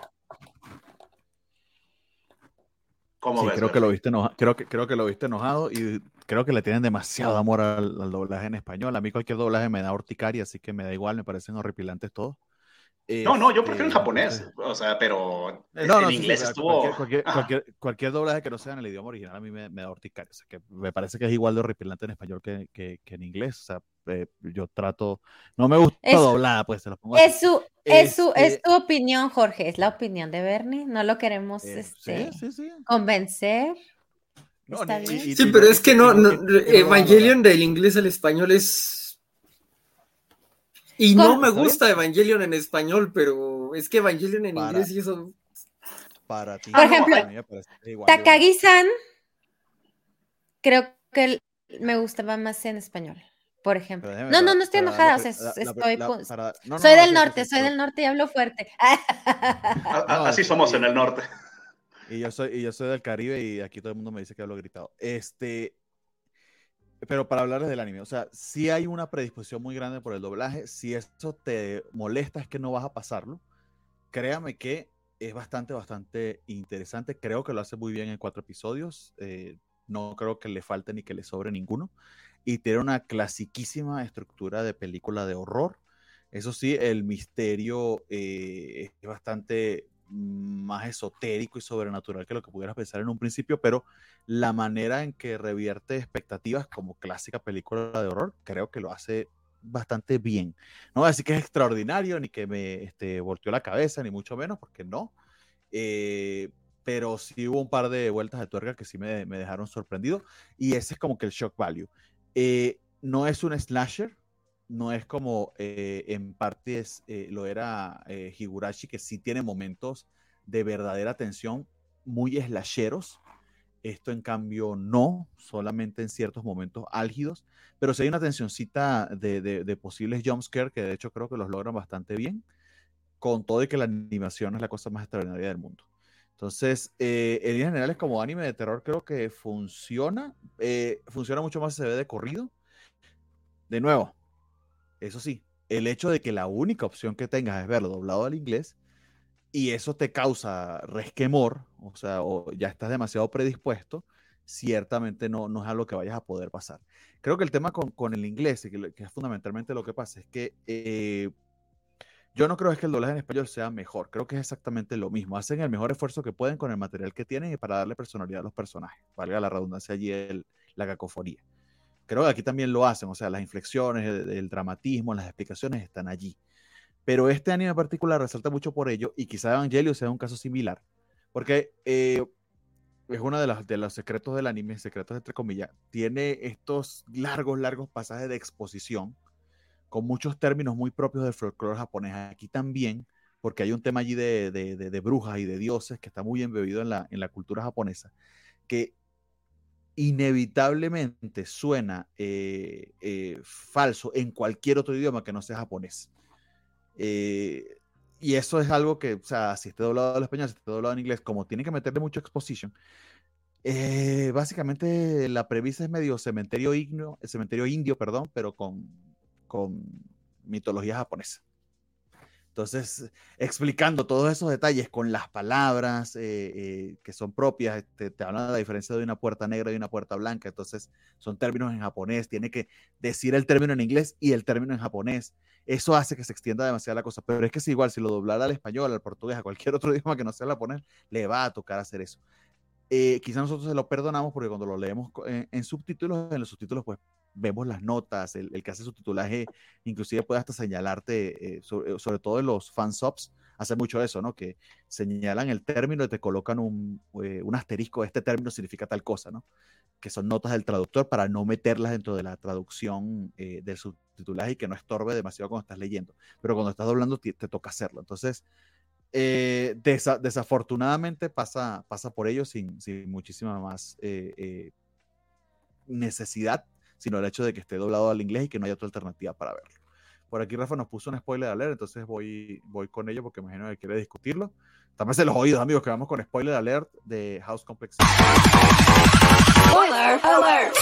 ¿Cómo Sí, ves, creo que Bernie? lo viste enojado, creo que lo viste enojado y creo que le tienen demasiado amor al doblaje en español. A mí cualquier doblaje me da urticaria, así que me da igual, me parecen horripilantes todos. No, yo prefiero en Entonces, japonés, o sea, pero no, en no, sí, sí, o inglés sea, estuvo... cualquier doblaje que no sea en el idioma original a mí me da urticaria, o sea, que me parece que es igual de horripilante en español que en inglés, o sea, yo trato, no me gusta Es, doblada, pues se lo pongo así. es tu opinión, Jorge, es la opinión de Bernie, no lo queremos Sí, sí, sí. convencer, No, está bien. Sí, pero es que no lo va a lograr. Evangelion del inglés al español es... Y no me Está bien. gusta Evangelion en españl, pero es que Evangelion en Para, inglés y eso... para ti. Por ejemplo, A mí me parece igual de bonito. Takagi-san, creo que me gustaba más en español, por ejemplo. Pero déjeme, No estoy para darle enojada, o sea, no, soy del sí, sí, norte, sí, pero y hablo fuerte. no, Así somos en el norte. y yo soy del Caribe y aquí todo el mundo me dice que hablo gritado. Pero para hablarles del anime, o sea, sí hay una predisposición muy grande por el doblaje. Si eso te molesta es que no vas a pasarlo. Créame que es bastante interesante. Creo que lo hace muy bien en 4 episodios. No creo que le falte ni que le sobre ninguno. Y tiene una clasiquísima estructura de película de horror. Eso sí, el misterio es bastante más esotérico y sobrenatural que lo que pudieras pensar en un principio, pero la manera en que revierte expectativas como clásica película de horror, creo que lo hace bastante bien. No voy a decir que es extraordinario, ni que me volteó la cabeza, ni mucho menos, porque no. Pero sí hubo un par de vueltas de tuerca que sí me dejaron sorprendido, y ese es como que el shock value. No es un slasher, no es como en partes lo era Higurashi, que sí tiene momentos de verdadera tensión muy slasheros. Esto en cambio no, solamente en ciertos momentos álgidos, pero sí hay una tensioncita de posibles jumpscare que de hecho creo que los logran bastante bien, con todo y que la animación es la cosa más extraordinaria del mundo. Entonces, en líneas generales como anime de terror creo que funciona mucho más si se ve de corrido. De nuevo, eso sí, el hecho de que la única opción que tengas es verlo doblado al inglés y eso te causa resquemor, o sea, o ya estás demasiado predispuesto, ciertamente no es algo que vayas a poder pasar. Creo que el tema con el inglés, que es fundamentalmente lo que pasa, es que yo no creo es que el doblaje en español sea mejor, creo que es exactamente lo mismo. Hacen el mejor esfuerzo que pueden con el material que tienen y para darle personalidad a los personajes, valga la redundancia allí la cacofonía. Creo que aquí también lo hacen, o sea, las inflexiones, el dramatismo, las explicaciones están allí. Pero este anime en particular resalta mucho por ello, y quizá Evangelio sea un caso similar, porque es uno de los secretos del anime, secretos entre comillas, tiene estos largos pasajes de exposición con muchos términos muy propios del folclore japonés. Aquí también, porque hay un tema allí de brujas y de dioses que está muy embebido en la cultura japonesa, que inevitablemente suena falso en cualquier otro idioma que no sea japonés. Y eso es algo que, o sea, si esté doblado al español, si esté doblado en inglés, como tiene que meterle mucho exposition, básicamente la premisa es medio cementerio indio, perdón, pero con con mitología japonesa. Entonces, explicando todos esos detalles con las palabras que son propias, te hablan de la diferencia de una puerta negra y una puerta blanca. Entonces, son términos en japonés. Tiene que decir el término en inglés y el término en japonés. Eso hace que se extienda demasiado la cosa. Pero es que es igual, si lo doblara al español, al portugués, a cualquier otro idioma que no sea el japonés, le va a tocar hacer eso. Quizá nosotros se lo perdonamos porque cuando lo leemos en subtítulos, en los subtítulos pues vemos las notas, el que hace subtitulaje inclusive puede hasta señalarte, sobre todo en los fansubs, hace mucho eso, ¿no? Que señalan el término y te colocan un asterisco, este término significa tal cosa, ¿no? Que son notas del traductor para no meterlas dentro de la traducción del subtitulaje y que no estorbe demasiado cuando estás leyendo. Pero cuando estás doblando te toca hacerlo. Entonces, desafortunadamente pasa por ello sin muchísima más necesidad, sino el hecho de que esté doblado al inglés y que no haya otra alternativa para verlo. Por aquí Rafa nos puso un spoiler alert, entonces voy con ello porque imagino que quiere discutirlo. Tápense los oídos, amigos, que vamos con spoiler alert de House Complex. Spoiler alert.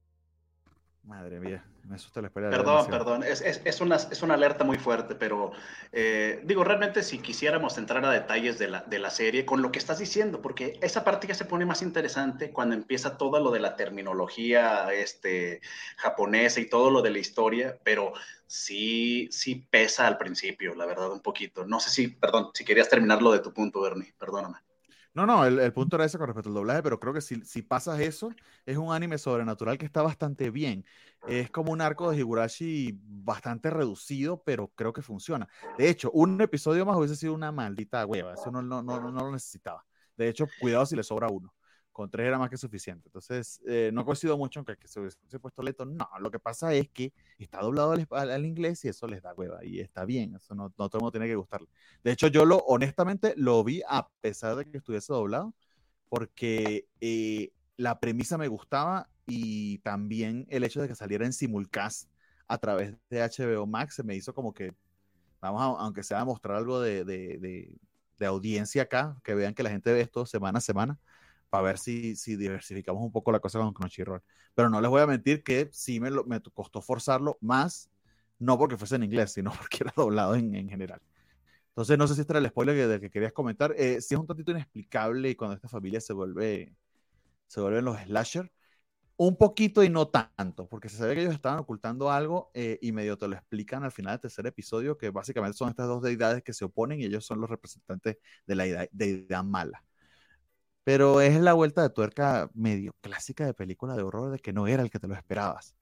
Madre mía, me asusta el spoiler alert. Perdón, es una alerta muy fuerte, pero digo, realmente si quisiéramos entrar a detalles de la serie con lo que estás diciendo, porque esa parte ya se pone más interesante cuando empieza todo lo de la terminología japonesa y todo lo de la historia, pero sí pesa al principio, la verdad, un poquito. No sé si querías terminar lo de tu punto, Bernie, perdóname. No, el punto era ese con respecto al doblaje, pero creo que si pasas eso, es un anime sobrenatural que está bastante bien. Es como un arco de Higurashi bastante reducido, pero creo que funciona. De hecho, un episodio más hubiese sido una maldita hueva, eso no lo necesitaba. De hecho, cuidado si le sobra uno. Con 3 era más que suficiente. Entonces, no coincido mucho en que se hubiese puesto lento. No, lo que pasa es que está doblado al inglés y eso les da hueva. Y está bien, eso no todo el mundo tiene que gustarle. De hecho, yo honestamente lo vi a pesar de que estuviese doblado, porque la premisa me gustaba y también el hecho de que saliera en simulcast a través de HBO Max se me hizo como que, aunque sea a mostrar algo de audiencia acá, que vean que la gente ve esto semana a semana, para ver si diversificamos un poco la cosa con Crunchyroll. Pero no les voy a mentir que sí me costó forzarlo más, no porque fuese en inglés, sino porque era doblado en general. Entonces, no sé si este era el spoiler del que querías comentar. Sí es un tantito inexplicable y cuando esta familia se vuelven los slasher, un poquito y no tanto, porque se sabe que ellos estaban ocultando algo y medio te lo explican al final del tercer episodio, que básicamente son estas dos deidades que se oponen y ellos son los representantes de la deidad mala. Pero es la vuelta de tuerca medio clásica de película de horror de que no era el que te lo esperabas.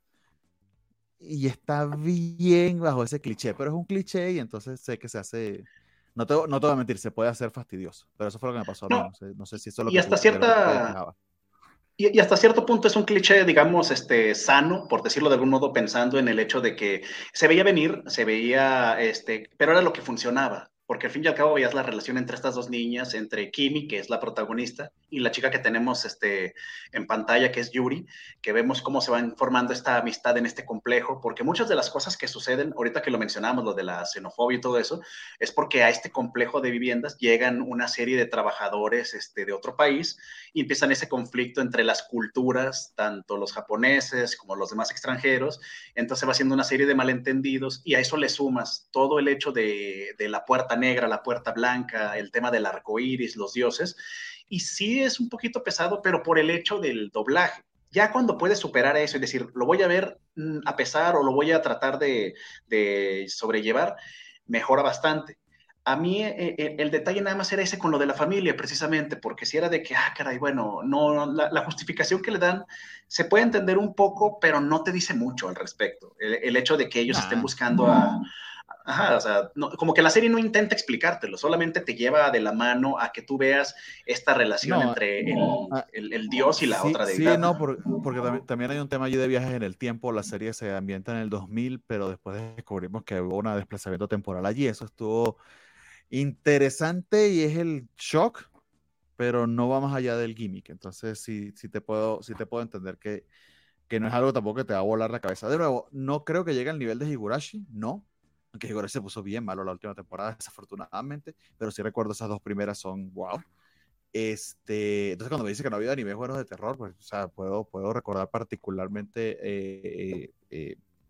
Y está bien bajo ese cliché, pero es un cliché y entonces sé que se hace... No te voy a mentir, se puede hacer fastidioso, pero eso fue lo que me pasó a mí. No sé si eso es lo que tú quejabas. Y hasta cierto punto es un cliché, digamos, sano, por decirlo de algún modo, pensando en el hecho de que se veía venir, pero era lo que funcionaba. Porque al fin y al cabo veías la relación entre estas dos niñas, entre Kimi, que es la protagonista, y la chica que tenemos en pantalla, que es Yuri, que vemos cómo se va formando esta amistad en este complejo, porque muchas de las cosas que suceden, ahorita que lo mencionamos, lo de la xenofobia y todo eso, es porque a este complejo de viviendas llegan una serie de trabajadores de otro país y empiezan ese conflicto entre las culturas, tanto los japoneses como los demás extranjeros, entonces va siendo una serie de malentendidos y a eso le sumas todo el hecho de la puerta negra, la puerta blanca, el tema del arco iris, los dioses, y sí es un poquito pesado, pero por el hecho del doblaje. Ya cuando puedes superar eso y decir, lo voy a ver a pesar o lo voy a tratar de sobrellevar, mejora bastante. A mí el detalle nada más era ese con lo de la familia, precisamente, porque si era de que, caray, bueno, no, la justificación que le dan se puede entender un poco, pero no te dice mucho al respecto. El hecho de que ellos estén buscando o sea, no, como que la serie no intenta explicártelo, solamente te lleva de la mano a que tú veas esta relación entre el dios y la otra deidad. Sí, no, porque también hay un tema allí de viajes en el tiempo. La serie se ambienta en el 2000, pero después descubrimos que hubo un desplazamiento temporal allí. Eso estuvo interesante y es el shock, pero no va más allá del gimmick. Entonces sí te puedo entender que no es algo tampoco que te va a volar la cabeza. De nuevo, no creo que llegue al nivel de Higurashi, no. Aunque Higurashi se puso bien malo la última temporada, desafortunadamente, pero sí recuerdo esas 2 primeras son wow. Entonces cuando me dice que no ha habido animes buenos de terror, pues, o sea, puedo recordar particularmente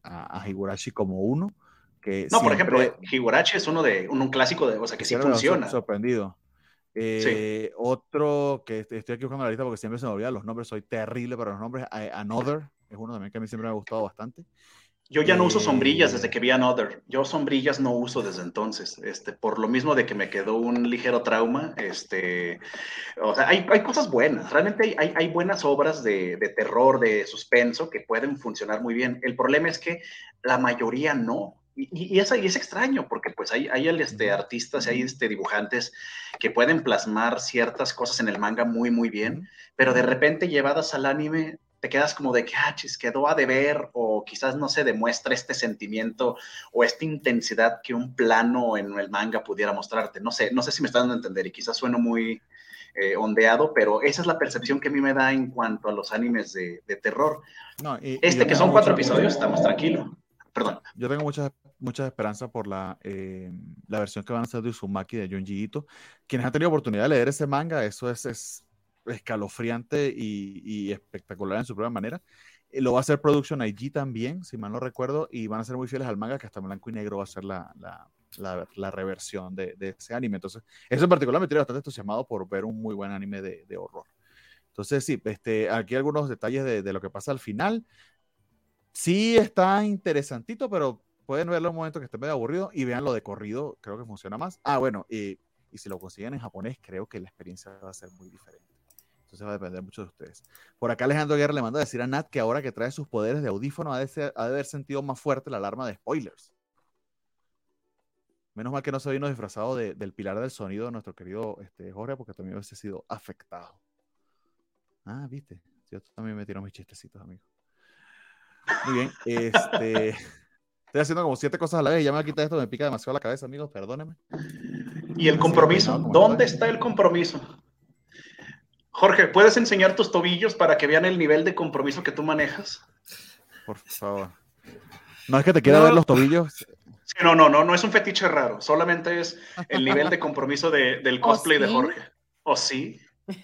a Higurashi como uno. Que no, por siempre, ejemplo, Higurashi es un clásico o sea, que sí funciona. Sorprendido. Sí. Otro que estoy aquí buscando la lista porque siempre se me olvidan los nombres, soy terrible para los nombres. Another es uno también que a mí siempre me ha gustado bastante. Yo ya no uso sombrillas desde que vi Another. Yo sombrillas no uso desde entonces, por lo mismo de que me quedó un ligero trauma. O sea, hay cosas buenas. Realmente hay buenas obras de terror, de suspenso que pueden funcionar muy bien. El problema es que la mayoría no. Y es extraño porque pues hay artistas, hay dibujantes que pueden plasmar ciertas cosas en el manga muy, muy bien, pero de repente llevadas al anime te quedas como de que, quedó a deber, o quizás no se demuestra este sentimiento o esta intensidad que un plano en el manga pudiera mostrarte. No sé si me están dando a entender y quizás sueno muy ondeado, pero esa es la percepción que a mí me da en cuanto a los animes de terror. No, que son 4 episodios, está más tranquilo. Perdón. Yo tengo mucha esperanza por la versión que van a hacer de Uzumaki de Junji Ito. Quienes han tenido oportunidad de leer ese manga, eso es escalofriante y espectacular en su propia manera. Lo va a hacer Production IG también, si mal no recuerdo, y van a ser muy fieles al manga, que hasta en blanco y negro va a ser la reversión de ese anime. Entonces, eso en particular me tiene bastante entusiasmado por ver un muy buen anime de horror. Entonces, sí, aquí algunos detalles de lo que pasa al final. Sí está interesantito, pero pueden verlo en un momento que esté medio aburrido y veanlo de corrido, creo que funciona más. Bueno, y si lo consiguen en japonés, creo que la experiencia va a ser muy diferente. Entonces va a depender mucho de ustedes. Por acá Alejandro Guerra le manda a decir a Nat que ahora que trae sus poderes de audífono ha de haber sentido más fuerte la alarma de spoilers. Menos mal que no se vino disfrazado del pilar del sonido de nuestro querido Jorge, porque también hubiese sido afectado. Viste, yo también me tiro mis chistecitos, amigo. Muy bien, estoy haciendo como 7 cosas a la vez y ya me va a quitar esto, me pica demasiado la cabeza, amigos, perdónenme. ¿Y el compromiso? ¿Dónde está el compromiso? Jorge, ¿puedes enseñar tus tobillos para que vean el nivel de compromiso que tú manejas? Por favor. No es que te quiera ver los tobillos. Sí, no es un fetiche raro, solamente es el nivel de compromiso del cosplay de Jorge. ¿O sí?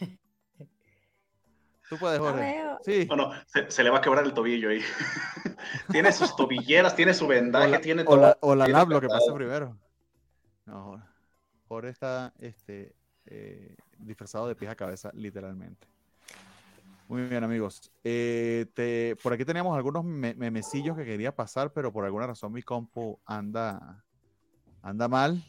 Tú puedes, Jorge. Sí. No, se le va a quebrar el tobillo ahí. Tiene sus tobilleras, tiene su vendaje, tiene todo. O la nab, lo que pasa primero. No, Jorge está disfrazado de pies a cabeza, literalmente. Muy bien, amigos. Por aquí teníamos algunos memecillos que quería pasar, pero por alguna razón mi compu anda mal.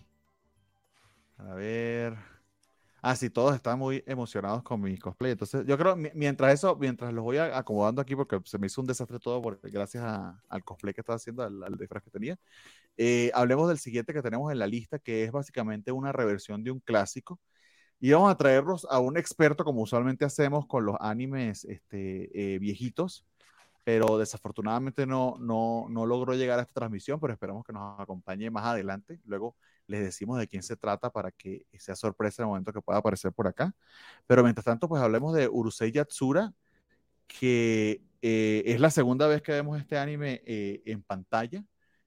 A ver. Sí, todos están muy emocionados con mi cosplay. Entonces, yo creo, mientras los voy acomodando aquí, porque se me hizo un desastre todo gracias al cosplay que estaba haciendo, al disfraz que tenía. Hablemos del siguiente que tenemos en la lista, que es básicamente una reversión de un clásico. Y vamos a traerlos a un experto, como usualmente hacemos con los animes viejitos, pero desafortunadamente no logró llegar a esta transmisión, pero esperamos que nos acompañe más adelante. Luego les decimos de quién se trata para que sea sorpresa en el momento que pueda aparecer por acá. Pero mientras tanto, pues hablemos de Urusei Yatsura, que es la segunda vez que vemos este anime en pantalla.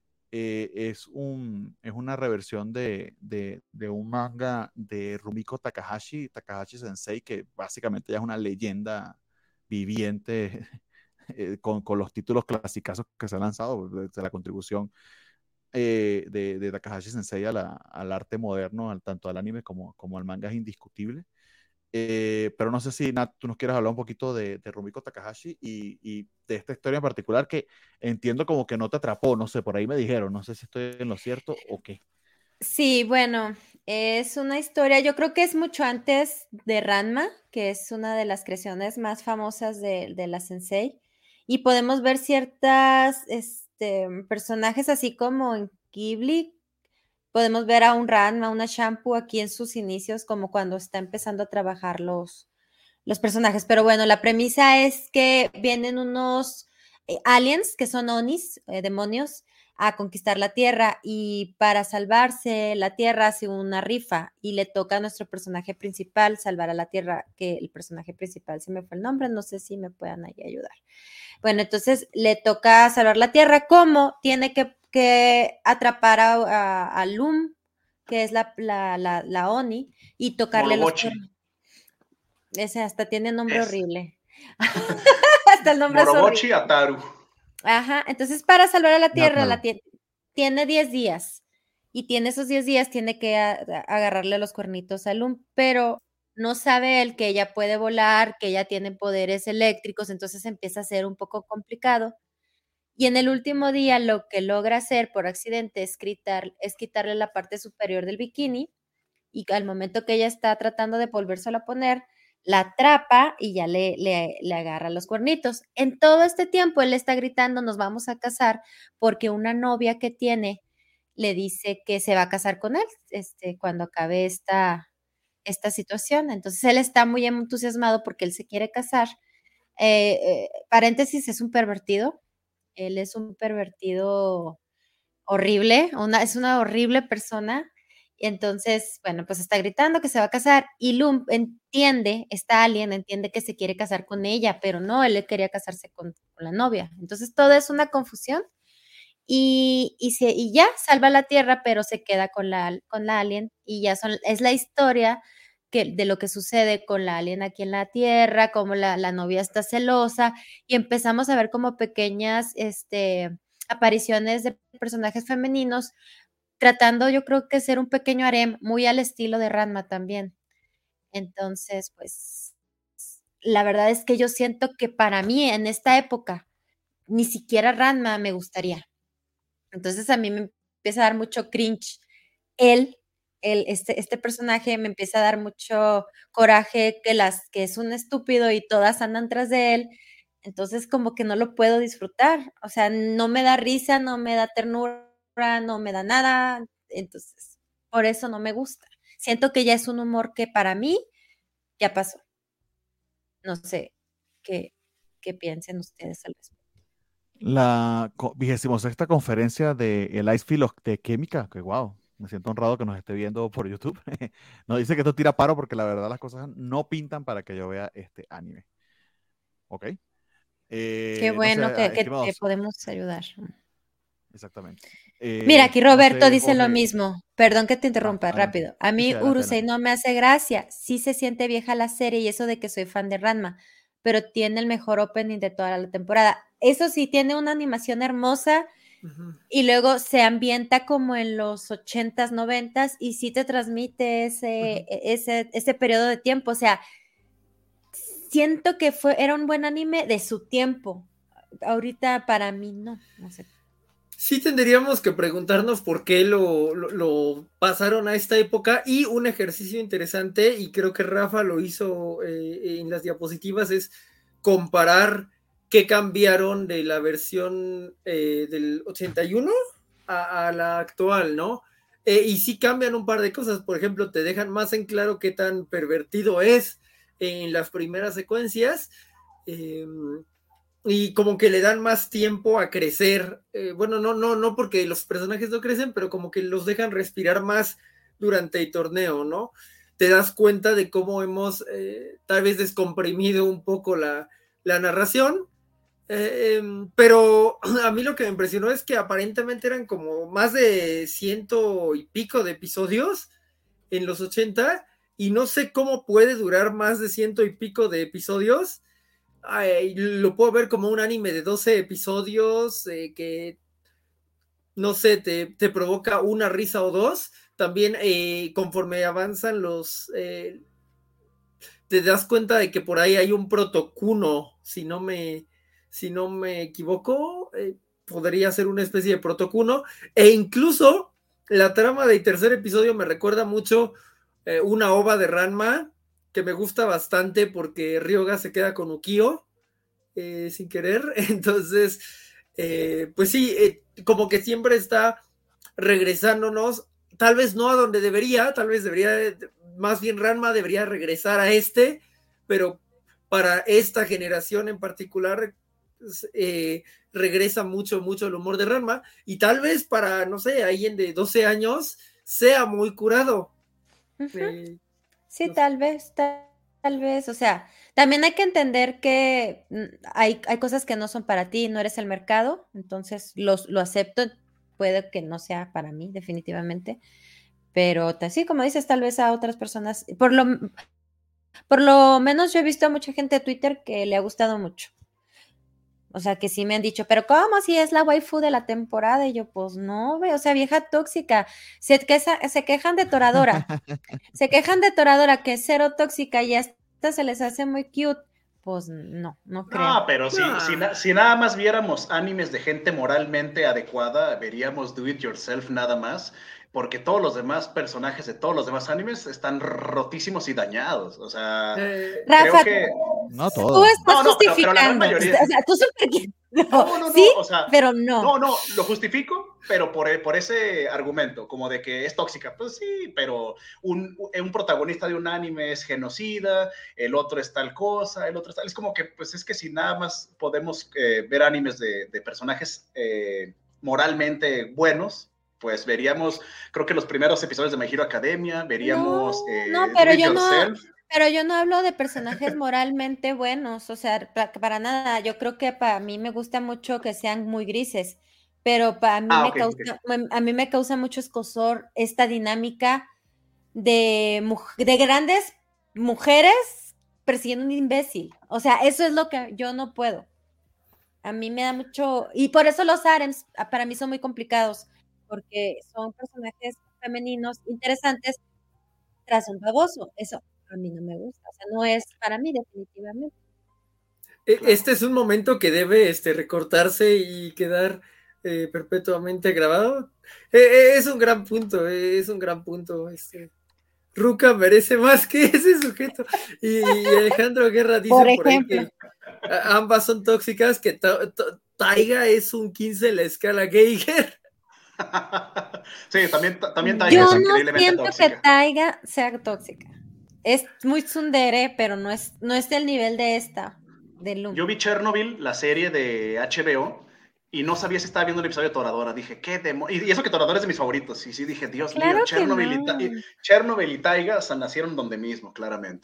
Es una reversión de un manga de Rumiko Takahashi Sensei, que básicamente ya es una leyenda viviente con los títulos clasicazos que se han lanzado, de la contribución de Takahashi Sensei al arte moderno, tanto al anime como al manga, es indiscutible. Pero no sé si, Nat, tú nos quieres hablar un poquito de Rumiko Takahashi y de esta historia en particular que entiendo como que no te atrapó, no sé, por ahí me dijeron, no sé si estoy en lo cierto o qué. Sí, bueno, es una historia, yo creo que es mucho antes de Ranma, que es una de las creaciones más famosas de la Sensei, y podemos ver ciertas personajes así como en Ghibli. Podemos ver a un Ranma, una Shampoo aquí en sus inicios, como cuando está empezando a trabajar los personajes. Pero bueno, la premisa es que vienen unos aliens, que son Onis, demonios, a conquistar la Tierra, y para salvarse la Tierra hace una rifa y le toca a nuestro personaje principal salvar a la Tierra, que el personaje principal, se me fue el nombre, no sé si me puedan ahí ayudar. Bueno, entonces le toca salvar la Tierra. ¿Cómo? Tiene que atrapar a Lum, que es la Oni, y tocarle Morobochi. Ese hasta tiene nombre horrible. Hasta el nombre Morobochi es horrible. Ataru. Ajá, entonces para salvar a la Ya, Tierra, claro. tiene 10 días y tiene esos 10 días, tiene que agarrarle los cuernitos a Loom, pero no sabe él que ella puede volar, que ella tiene poderes eléctricos, entonces empieza a ser un poco complicado. Y en el último día lo que logra hacer por accidente es quitarle la parte superior del bikini y al momento que ella está tratando de volvérselo a poner, la atrapa y ya le agarra los cuernitos. En todo este tiempo él está gritando, nos vamos a casar, porque una novia que tiene le dice que se va a casar con él cuando acabe esta situación. Entonces él está muy entusiasmado porque él se quiere casar. Paréntesis, es un pervertido. Él es un pervertido horrible, es una horrible persona. Y entonces, bueno, pues está gritando que se va a casar y Loom entiende, esta alien entiende que se quiere casar con ella, pero no, él quería casarse con la novia. Entonces todo es una confusión y ya salva la Tierra, pero se queda con la alien y ya es la historia de lo que sucede con la alien aquí en la Tierra, cómo la novia está celosa y empezamos a ver como pequeñas apariciones de personajes femeninos tratando yo creo que ser un pequeño harem muy al estilo de Ranma también. Entonces, pues la verdad es que yo siento que para mí en esta época ni siquiera Ranma me gustaría. Entonces a mí me empieza a dar mucho cringe. Él, este personaje me empieza a dar mucho coraje que es un estúpido y todas andan tras de él. Entonces como que no lo puedo disfrutar. O sea, no me da risa, no me da ternura, no me da nada. Entonces, por eso no me gusta. Siento que ya es un humor que para mí ya pasó. No sé qué piensen ustedes al respecto. La 26ª conferencia de el Ice Field de Química, que wow, me siento honrado que nos esté viendo por YouTube. Nos dice que esto tira paro porque la verdad las cosas no pintan para que yo vea este anime. ¿Ok? Qué No sé, bueno que te estimados, podemos ayudar. exactamente. Mira, aquí No Roberto sé, dice lo Jorge. mismo. Perdón que te interrumpa Adelante. rápido. A Sí, sí, mí adelante, Urusei adelante. no me hace gracia. Sí se siente vieja la serie y eso de que soy fan de Ranma, pero tiene el mejor opening de toda la temporada. Eso sí, tiene una animación hermosa Ujú. y luego se ambienta como en los 80s, 90s y sí te transmite Ujú. ese periodo de tiempo. O sea, siento que era un buen anime de su tiempo. Ahorita para mí no sé. Sí tendríamos que preguntarnos por qué lo pasaron a esta época y un ejercicio interesante, y creo que Rafa lo hizo en las diapositivas, es comparar qué cambiaron de la versión del 81 a la actual, ¿no? Y sí cambian un par de cosas, por ejemplo, te dejan más en claro qué tan pervertido es en las primeras secuencias. Y como que le dan más tiempo a crecer. Bueno, no porque los personajes no crecen, pero como que los dejan respirar más durante el torneo, ¿no? Te das cuenta de cómo hemos tal vez descomprimido un poco la narración. Pero a mí lo que me impresionó es que aparentemente eran como más de 100 y pico de episodios en los 80 y no sé cómo puede durar más de 100 y pico de episodios. Ay, lo puedo ver como un anime de 12 episodios que, no sé, te provoca una risa o dos. También conforme avanzan te das cuenta de que por ahí hay un protocuno, si no me equivoco, podría ser una especie de protocuno, e incluso la trama del tercer episodio me recuerda mucho una ova de Ranma, que me gusta bastante porque Ryoga se queda con Ukio, sin querer. Entonces, pues sí, como que siempre está regresándonos, tal vez no a donde debería, tal vez debería, más bien Ranma debería regresar a pero para esta generación en particular, regresa mucho, mucho el humor de Ranma, y tal vez para, no sé, alguien de 12 años sea muy curado. Ujú. Sí, No sé. tal vez, o sea, también hay que entender que hay cosas que no son para ti, no eres el mercado, entonces lo acepto, puede que no sea para mí, definitivamente, pero sí, como dices, tal vez a otras personas, por lo menos yo he visto a mucha gente de Twitter que le ha gustado mucho. O sea, que sí me han dicho, pero ¿cómo si es la waifu de la temporada? Y yo, pues no, o sea, vieja tóxica. Se quejan de Toradora. Se quejan de Toradora, que es cero tóxica y a esta se les hace muy cute. Pues no creo. No, pero si nada más viéramos animes de gente moralmente adecuada, veríamos Do It Yourself nada más, porque todos los demás personajes de todos los demás animes están rotísimos y dañados. O sea, Rafa, creo que... No tú todo. estás pero la justificando. gran mayoría... O sea, tú súper... No, sí, o sea, pero no. No, lo justifico, pero por ese argumento, como de que es tóxica. Pues sí, pero un protagonista de un anime es genocida, el otro es tal cosa, el otro es tal... Es como que, pues es que si nada más podemos ver animes de personajes moralmente buenos, pues veríamos, creo que los primeros episodios de My Hero Academia, veríamos pero Do It yo Yourself. Pero yo no hablo de personajes moralmente buenos, o sea, para nada. Yo creo que para mí me gusta mucho que sean muy grises, pero para mí a mí me causa mucho escozor esta dinámica de grandes mujeres persiguiendo un imbécil. O sea, eso es lo que yo no puedo. A mí me da mucho, y por eso los harems para mí son muy complicados, porque son personajes femeninos interesantes tras un baboso. Eso a mí no me gusta, o sea, no es para mí definitivamente. Este es un momento que debe recortarse y quedar perpetuamente grabado. Es un gran punto, es un gran punto. Ruka merece más que ese sujeto. Y Alejandro Guerra dice por ahí que ambas son tóxicas, que Taiga es un 15 de la escala Geiger. Sí, también Taiga yo es no increíblemente siento tóxica. que Taiga sea tóxica. Es muy tsundere, pero no es del nivel de esta, de Loom. Yo vi Chernobyl, la serie de HBO, y no sabía si estaba viendo el episodio de Toradora. Dije, ¿qué demonios? Y eso que Toradora es de mis favoritos. Y sí dije, Dios mío, Chernobyl y Taiga nacieron donde mismo, claramente.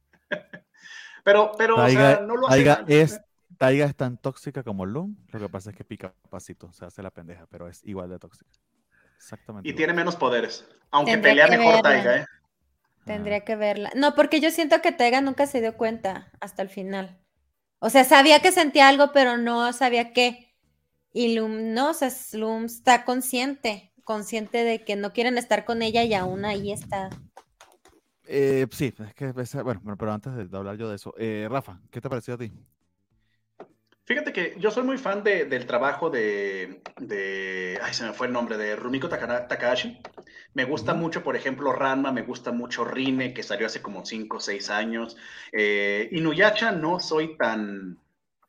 pero Taiga, o sea, no lo hace mal. Taiga es tan tóxica como Loom, lo que pasa es que pica pasito, o sea, hace la pendeja, pero es igual de tóxica. Exactamente. Y igual. Tiene menos poderes, aunque pelea mejor Taiga, Tendría que verla. No, porque yo siento que Taiga nunca se dio cuenta hasta el final. O sea, sabía que sentía algo, pero no sabía qué. Y Loom, no, o sea, Loom está consciente de que no quieren estar con ella y aún ahí está. Sí, es que, bueno, pero antes de hablar yo de eso, Rafa, ¿qué te pareció a ti? Fíjate que yo soy muy fan del trabajo ay, se me fue el nombre, de Rumiko Takahashi. Me gusta mucho, por ejemplo, Ranma, me gusta mucho Rine, que salió hace como 5 o 6 años. Inuyasha no soy tan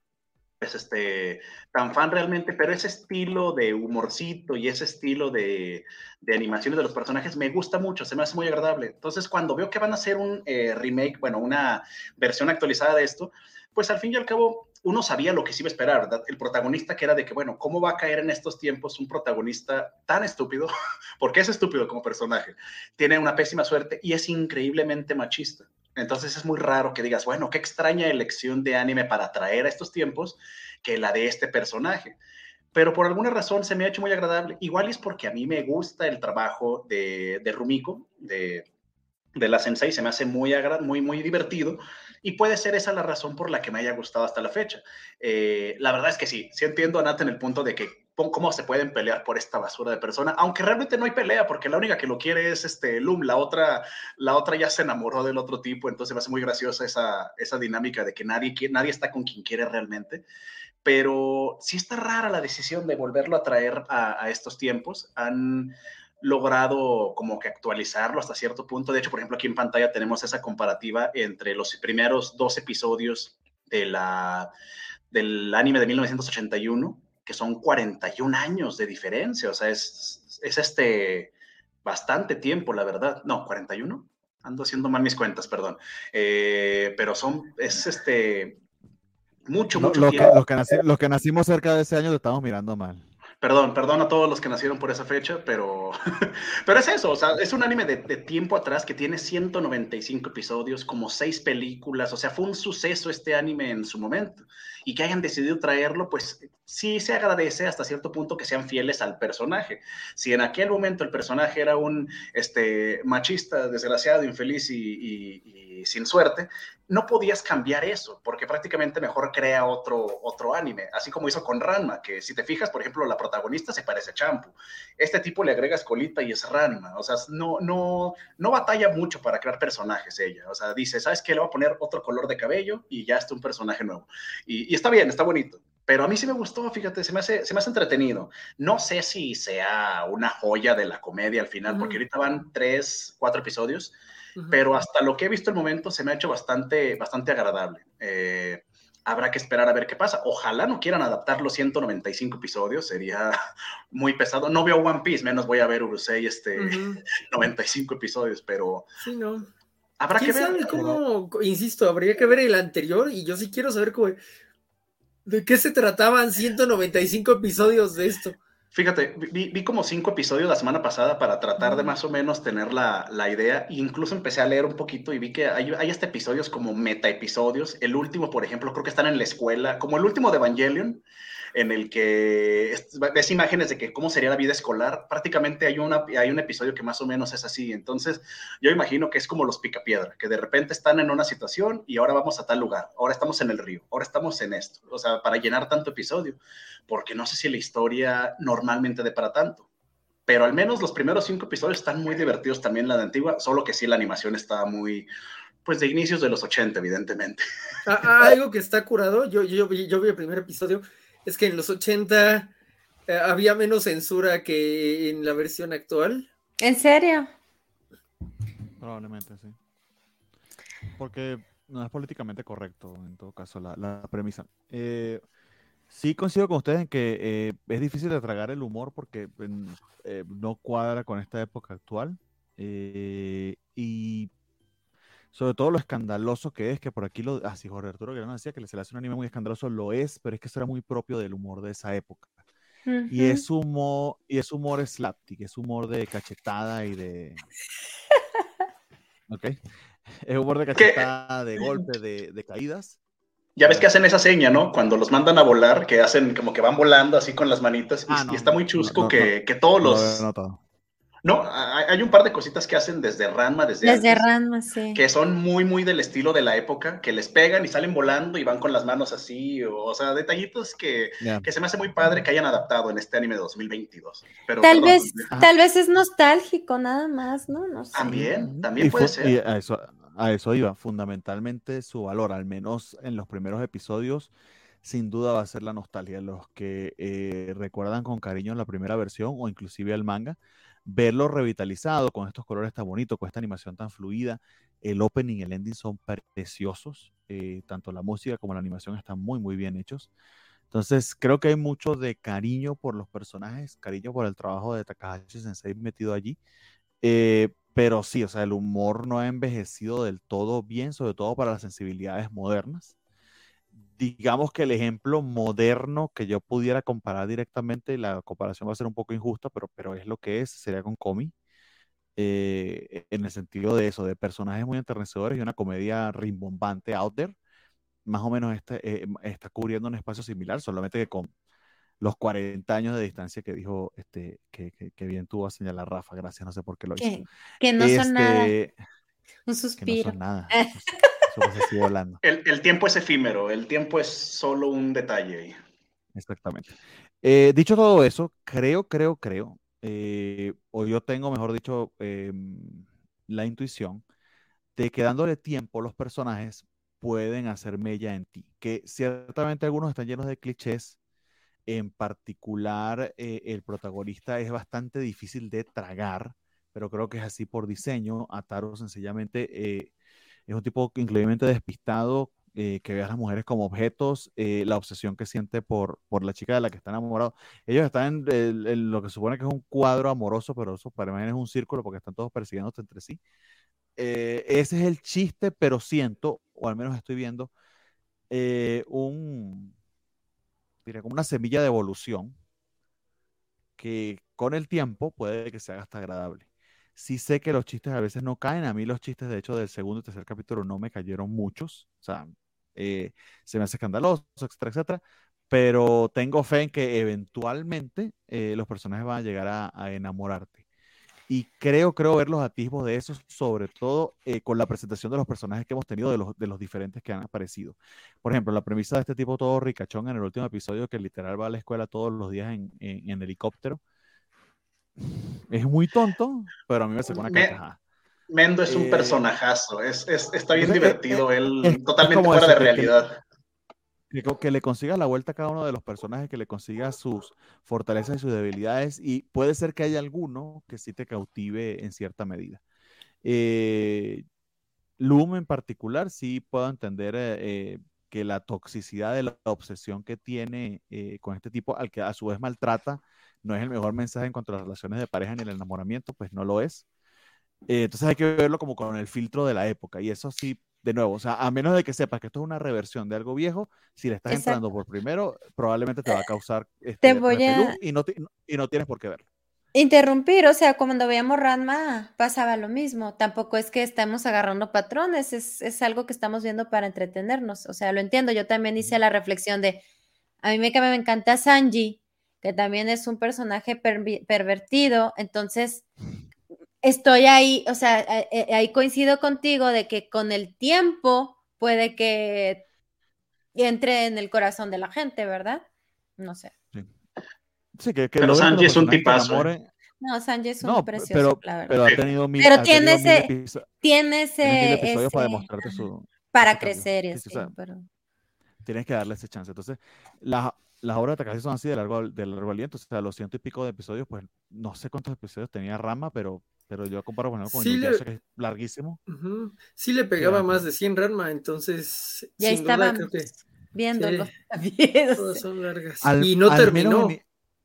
fan realmente, pero ese estilo de humorcito y ese estilo de animaciones de los personajes me gusta mucho, se me hace muy agradable. Entonces, cuando veo que van a hacer un remake, bueno, una versión actualizada de esto, pues al fin y al cabo uno sabía lo que se iba a esperar, ¿verdad? El protagonista, que era de que, bueno, ¿cómo va a caer en estos tiempos un protagonista tan estúpido? Porque es estúpido como personaje, tiene una pésima suerte y es increíblemente machista. Entonces es muy raro que digas, bueno, qué extraña elección de anime para traer a estos tiempos que la de este personaje. Pero por alguna razón se me ha hecho muy agradable. Igual es porque a mí me gusta el trabajo de Rumiko, de la Sensei, se me hace muy divertido, y puede ser esa la razón por la que me haya gustado hasta la fecha. La verdad es que sí entiendo a Nat en el punto de que cómo se pueden pelear por esta basura de persona, aunque realmente no hay pelea, porque la única que lo quiere es Loom, la otra ya se enamoró del otro tipo, entonces me hace muy graciosa esa dinámica de que nadie está con quien quiere realmente. Pero sí está rara la decisión de volverlo a traer a estos tiempos. Han logrado como que actualizarlo hasta cierto punto. De hecho, por ejemplo, aquí en pantalla tenemos esa comparativa entre los primeros 2 episodios del anime de 1981, que son 41 años de diferencia. O sea, es bastante tiempo, la verdad. No, 41. Ando haciendo mal mis cuentas, perdón. Pero es mucho tiempo. Los que nacimos cerca de ese año lo estamos mirando mal. Perdón a todos los que nacieron por esa fecha, pero es eso, o sea, es un anime de tiempo atrás que tiene 195 episodios, como 6 películas, o sea, fue un suceso este anime en su momento. y que hayan decidido traerlo, pues sí se agradece hasta cierto punto que sean fieles al personaje. Si en aquel momento el personaje era un machista, desgraciado, infeliz y sin suerte, no podías cambiar eso, porque prácticamente mejor crea otro anime, así como hizo con Ranma, que si te fijas, por ejemplo, la protagonista se parece a Champu. Este tipo le agregas colita y es Ranma, o sea, no batalla mucho para crear personajes ella, o sea, dice, ¿sabes qué? Le voy a poner otro color de cabello y ya está un personaje nuevo. Y está bien, está bonito. Pero a mí sí me gustó, fíjate, se me hace entretenido. No sé si sea una joya de la comedia al final, porque ahorita van 3, 4 episodios, pero hasta lo que he visto el momento se me ha hecho bastante agradable. Habrá que esperar a ver qué pasa. Ojalá no quieran adaptar los 195 episodios, sería muy pesado. No veo One Piece, menos voy a ver Urusei 95 episodios, pero sí, no. habrá que ver. ¿Quién sabe cómo? Insisto, habría que ver el anterior y yo sí quiero saber de qué se trataban 195 episodios de esto. Fíjate, vi como 5 episodios la semana pasada para tratar de más o menos tener la idea. E incluso empecé a leer un poquito y vi que hay hasta episodios como meta episodios. El último, por ejemplo, creo que están en la escuela, como el último de Evangelion, en el que ves imágenes de que cómo sería la vida escolar. Prácticamente hay un episodio que más o menos es así. Entonces, yo imagino que es como los Picapiedra, que de repente están en una situación y ahora vamos a tal lugar, ahora estamos en el río, ahora estamos en esto. O sea, para llenar tanto episodio, porque no sé si la historia normalmente dé para tanto. Pero al menos los primeros 5 episodios están muy divertidos también, la de Antigua, solo que sí la animación está muy, pues de inicios de los 80, evidentemente. Algo que está curado, yo vi el primer episodio, es que en los 80 había menos censura que en la versión actual. ¿En serio? Probablemente, sí. Porque no es políticamente correcto, en todo caso, la premisa. Sí coincido con ustedes en que es difícil de tragar el humor porque no cuadra con esta época actual. Y sobre todo lo escandaloso que es, que por aquí sí, Jorge Arturo Guerrero decía que se le hace un anime muy escandaloso, lo es, pero es que eso era muy propio del humor de esa época. Y es humor slapstick, es humor de cachetada y de... ¿Ok? Es humor de cachetada, de golpe, de caídas. Ya ves que hacen esa seña, ¿no? Cuando los mandan a volar, que hacen como que van volando así con las manitas. Y está muy chusco que todos lo los... había notado. No, hay un par de cositas que hacen desde Ranma, desde antes, Ranma, sí. que son muy, muy del estilo de la época, que les pegan y salen volando y van con las manos así, o sea, detallitos que se me hace muy padre que hayan adaptado en este anime de 2022. Pero, tal vez es nostálgico, nada más, ¿no? No sé. También puede ser. Y a eso iba, fundamentalmente su valor, al menos en los primeros episodios, sin duda va a ser la nostalgia. Los que recuerdan con cariño la primera versión o inclusive el manga, verlo revitalizado con estos colores tan bonitos, con esta animación tan fluida, el opening y el ending son preciosos, tanto la música como la animación están muy, muy bien hechos. Entonces, creo que hay mucho de cariño por los personajes, cariño por el trabajo de Takahashi Sensei metido allí. Pero sí, o sea, el humor no ha envejecido del todo bien, sobre todo para las sensibilidades modernas. Digamos que el ejemplo moderno que yo pudiera comparar directamente, la comparación va a ser un poco injusta, pero es lo que es, sería con Komi, en el sentido de eso, de personajes muy enternecedores y una comedia rimbombante out there, más o menos está cubriendo un espacio similar, solamente que con los 40 años de distancia que dijo, que bien tuvo a señalar Rafa, gracias, no sé por qué lo hizo. Que no son nada, un suspiro. Que no son nada, eso pasa así volando. El tiempo es efímero, el tiempo es solo un detalle. Exactamente. Dicho todo eso, creo, o yo tengo, mejor dicho, la intuición de que dándole tiempo los personajes pueden hacer mella en ti, que ciertamente algunos están llenos de clichés. En particular, el protagonista es bastante difícil de tragar, pero creo que es así por diseño. Ataru sencillamente es un tipo increíblemente despistado, que ve a las mujeres como objetos, la obsesión que siente por la chica de la que está enamorado. Ellos están en lo que supone que es un cuadro amoroso, pero eso para mí es un círculo porque están todos persiguiéndose entre sí. Ese es el chiste, pero siento, o al menos estoy viendo, diría, como una semilla de evolución que con el tiempo puede que se haga hasta agradable. Sí sé que los chistes a veces no caen. A mí los chistes, de hecho, del segundo y tercer capítulo no me cayeron muchos. O sea, se me hace escandaloso, etcétera, etcétera. Pero tengo fe en que eventualmente los personajes van a llegar a enamorarte. Y creo ver los atisbos de eso, sobre todo con la presentación de los personajes que hemos tenido, de los diferentes que han aparecido. Por ejemplo, la premisa de este tipo todo ricachón en el último episodio, que literal va a la escuela todos los días en helicóptero, es muy tonto, pero a mí me sacó una carcajada. Mendo es un personajazo, está bien entonces, divertido, él es totalmente como fuera eso, de realidad. Que le consigas la vuelta a cada uno de los personajes, que le consigas sus fortalezas y sus debilidades, y puede ser que haya alguno que sí te cautive en cierta medida. Loom en particular, sí puedo entender que la toxicidad de la obsesión que tiene con este tipo, al que a su vez maltrata, no es el mejor mensaje en cuanto a las relaciones de pareja ni el enamoramiento, pues no lo es. Entonces hay que verlo como con el filtro de la época, y eso sí, de nuevo, o sea, a menos de que sepas que esto es una reversión de algo viejo, si le estás Exacto. entrando por primero, probablemente te va a causar Te voy repelús a y no tienes por qué verlo. interrumpir, o sea, cuando veíamos Ranma pasaba lo mismo, tampoco es que estamos agarrando patrones, es algo que estamos viendo para entretenernos, o sea, lo entiendo, yo también hice la reflexión de, a mí me encanta Sanji, que también es un personaje pervertido, entonces estoy ahí, o sea, ahí coincido contigo de que con el tiempo puede que entre en el corazón de la gente, ¿verdad? No sé. Sí, que Pero logren que los Sanji es un personajes te tipazo, ¿eh? enamoren. No, Sanji es un No, precioso, la verdad. pero Sí. Pero ha tenido mil tiene episodios para demostrarte para ese cambio. crecer, Sí, sí, o sea, pero tienes que darle ese chance. Entonces, las obras de Takahashi son así de largo aliento. O sea, los ciento y pico de episodios, pues no sé cuántos episodios tenía Rama, pero yo comparo por ejemplo, con Sí Inuyasha, que es larguísimo. Sí le Sí, pegaba más de 100 Ranma, entonces ya sin duda estábamos creo que viéndolo sí, también. todas son largas. Al, Y no al menos terminó.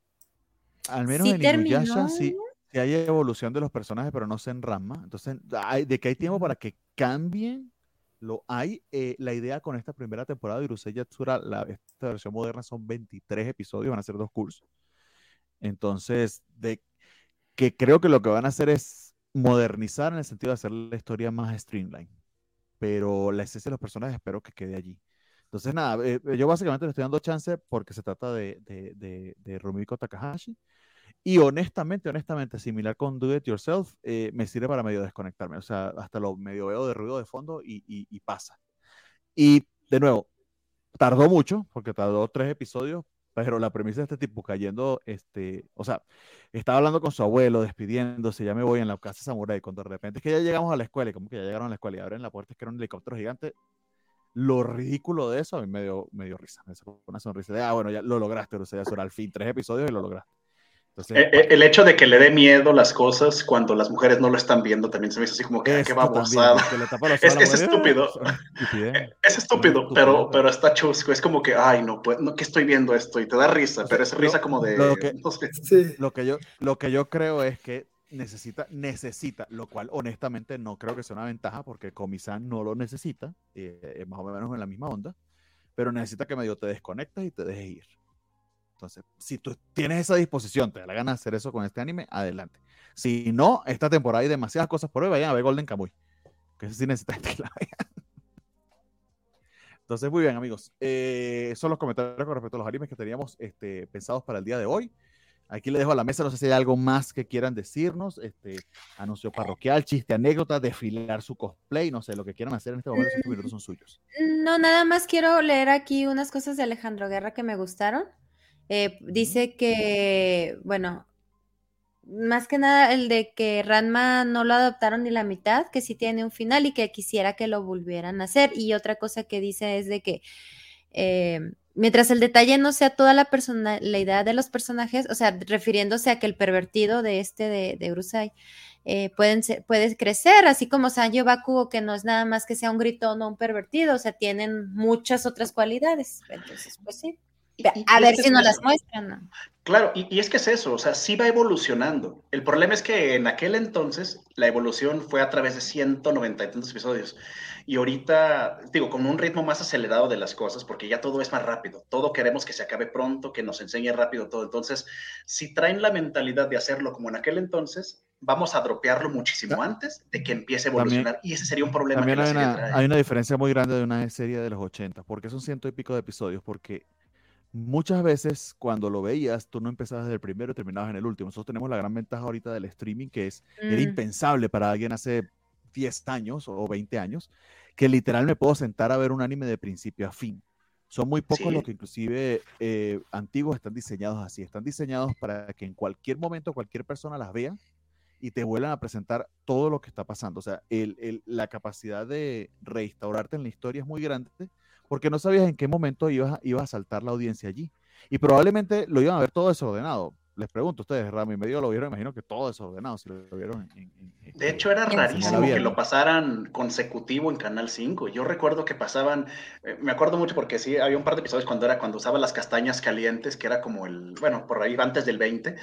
al menos Sí en Inuyasha terminó. sí hay evolución de los personajes, pero no sé en Ranma. Entonces, de que hay tiempo para que cambien, lo hay. La idea con esta primera temporada de Urusei Yatsura, esta versión moderna, son 23 episodios, van a ser 2 cursos. Entonces, de que creo que lo que van a hacer es modernizar en el sentido de hacer la historia más streamline. Pero la esencia de los personajes espero que quede allí. Entonces, nada, yo básicamente le estoy dando chance porque se trata de Rumiko Takahashi. Y honestamente, similar con Do It Yourself, me sirve para medio desconectarme. O sea, hasta lo medio veo de ruido de fondo y pasa. Y de nuevo, tardó mucho, porque tardó 3 episodios, pero la premisa de este tipo cayendo, o sea, estaba hablando con su abuelo, despidiéndose, ya me voy en la casa samurai, cuando de repente es que ya llegamos a la escuela, y como que ya llegaron a la escuela y abren la puerta, es que era un helicóptero gigante. Lo ridículo de eso a mí me dio risa, me sacó una sonrisa de, bueno, ya lo lograste, o sea, eso era al fin 3 episodios y lo lograste. Entonces, El hecho de que le dé miedo las cosas cuando las mujeres no lo están viendo también se me hizo así como que, qué esto también, babosada. que le tapa los ojos a la Es mujer. estúpido. Es una estupidez. Es estúpido, Una estupidez, pero está chusco. Es como que, ay, no, pues, no, que estoy viendo esto y te da risa, o sea, pero es risa como lo de, que, no sé. Sí. lo que yo creo es que necesita, lo cual honestamente no creo que sea una ventaja porque Komi-san no lo necesita, más o menos en la misma onda, pero necesita que medio te desconectes y te dejes ir. Entonces, si tú tienes esa disposición, te da la gana de hacer eso con este anime, adelante. Si no, esta temporada hay demasiadas cosas por hoy, vayan a ver Golden Kamuy, que eso sí necesitas que la vean. Entonces, muy bien, amigos. Son los comentarios con respecto a los animes que teníamos pensados para el día de hoy. Aquí le dejo a la mesa, no sé si hay algo más que quieran decirnos, anuncio parroquial, chiste, anécdota, desfilar su cosplay, no sé, lo que quieran hacer en este momento, 5 minutos son suyos. No, nada más quiero leer aquí unas cosas de Alejandro Guerra que me gustaron. Dice que, bueno, más que nada el de que Ranma no lo adoptaron ni la mitad, que sí tiene un final y que quisiera que lo volvieran a hacer. Y otra cosa que dice es de que mientras el detalle no sea toda la personalidad de los personajes, o sea, refiriéndose a que el pervertido de Urusei puede crecer, así como Sanjo Bakugo, que no es nada más que sea un gritón o un pervertido, o sea, tienen muchas otras cualidades. Entonces, pues sí. A ver si nos las muestran, ¿no? Claro, y es que es eso, o sea, sí va evolucionando. El problema es que en aquel entonces la evolución fue a través de 190 y tantos episodios. Y ahorita, digo, con un ritmo más acelerado de las cosas, porque ya todo es más rápido. Todo queremos que se acabe pronto, que nos enseñe rápido todo. Entonces, si traen la mentalidad de hacerlo como en aquel entonces, vamos a dropearlo muchísimo antes de que empiece a evolucionar. Y ese sería un problema que También la serie trae. hay una diferencia muy grande de una serie de los 80, porque son 100 y pico de episodios, porque muchas veces cuando lo veías, tú no empezabas desde el primero y terminabas en el último. Nosotros tenemos la gran ventaja ahorita del streaming, que era impensable para alguien hace 10 años o 20 años, que literal me puedo sentar a ver un anime de principio a fin. Son muy pocos los Sí, que inclusive antiguos están diseñados así. Están diseñados para que en cualquier momento cualquier persona las vea y te vuelvan a presentar todo lo que está pasando. O sea, la capacidad de reinstaurarte en la historia es muy grande porque no sabías en qué momento ibas a saltar la audiencia allí. Y probablemente lo iban a ver todo desordenado. Les pregunto a ustedes, Rami y medio lo vieron, imagino que todo desordenado, si lo vieron de hecho era En señal rarísimo que lo abierta. pasaran consecutivo en Canal 5. Yo recuerdo que pasaban, me acuerdo mucho porque sí, había un par de episodios cuando usaba las castañas calientes, que era como bueno, por ahí antes del 20,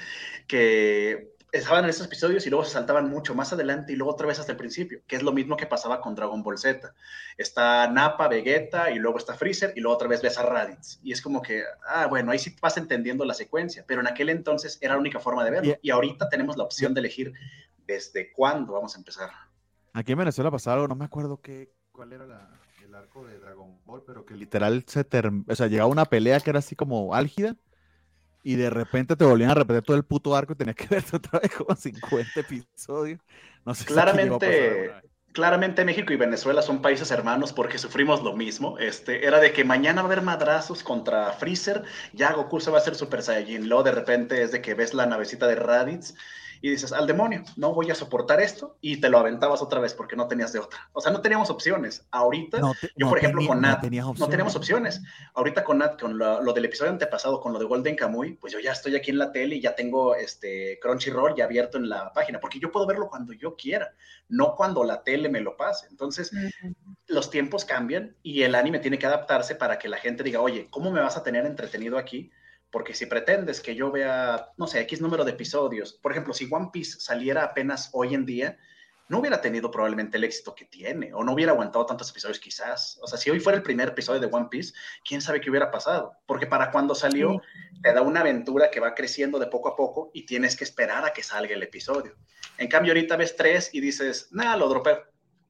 que estaban en esos episodios y luego se saltaban mucho más adelante y luego otra vez hasta el principio, que es lo mismo que pasaba con Dragon Ball Z. Está Nappa, Vegeta y luego está Freezer y luego otra vez ves a Raditz. Y es como que, bueno, ahí sí vas entendiendo la secuencia, pero en aquel entonces era la única forma de Y, verlo. Y ahorita tenemos la y opción de elegir desde cuándo vamos a empezar. aquí en Venezuela pasaba algo, no me acuerdo cuál era el arco de Dragon Ball, pero que literal o sea, llegaba una pelea que era así como álgida y de repente te volvían a repetir todo el puto arco y tenías que verte otra vez como 50 episodios. No sé si aquí llegó a pasar alguna Claramente, vez. claramente México y Venezuela son países hermanos porque sufrimos lo mismo. Era de que mañana va a haber madrazos contra Freezer, ya Goku se va a hacer Super Saiyajin. Luego de repente es de que ves la navecita de Raditz y dices, al demonio, no voy a soportar esto, y te lo aventabas otra vez porque no tenías de otra. O sea, no teníamos opciones. Ahorita, yo por ejemplo con No Nat, tenías no teníamos opciones. opciones. Ahorita con Nat, con lo del episodio antepasado, con lo de Golden Kamuy, pues yo ya estoy aquí en la tele y ya tengo Crunchyroll ya abierto en la página, porque yo puedo verlo cuando yo quiera, no cuando la tele me lo pase. Entonces, los tiempos cambian y el anime tiene que adaptarse para que la gente diga, oye, ¿cómo me vas a tener entretenido aquí? Porque si pretendes que yo vea, no sé, X número de episodios, por ejemplo, si One Piece saliera apenas hoy en día, no hubiera tenido probablemente el éxito que tiene, o no hubiera aguantado tantos episodios quizás. O sea, si hoy fuera el primer episodio de One Piece, quién sabe qué hubiera pasado. Porque para cuando salió, Sí. te da una aventura que va creciendo de poco a poco y tienes que esperar a que salga el episodio. En cambio, ahorita ves 3 y dices, nada, lo dropeo.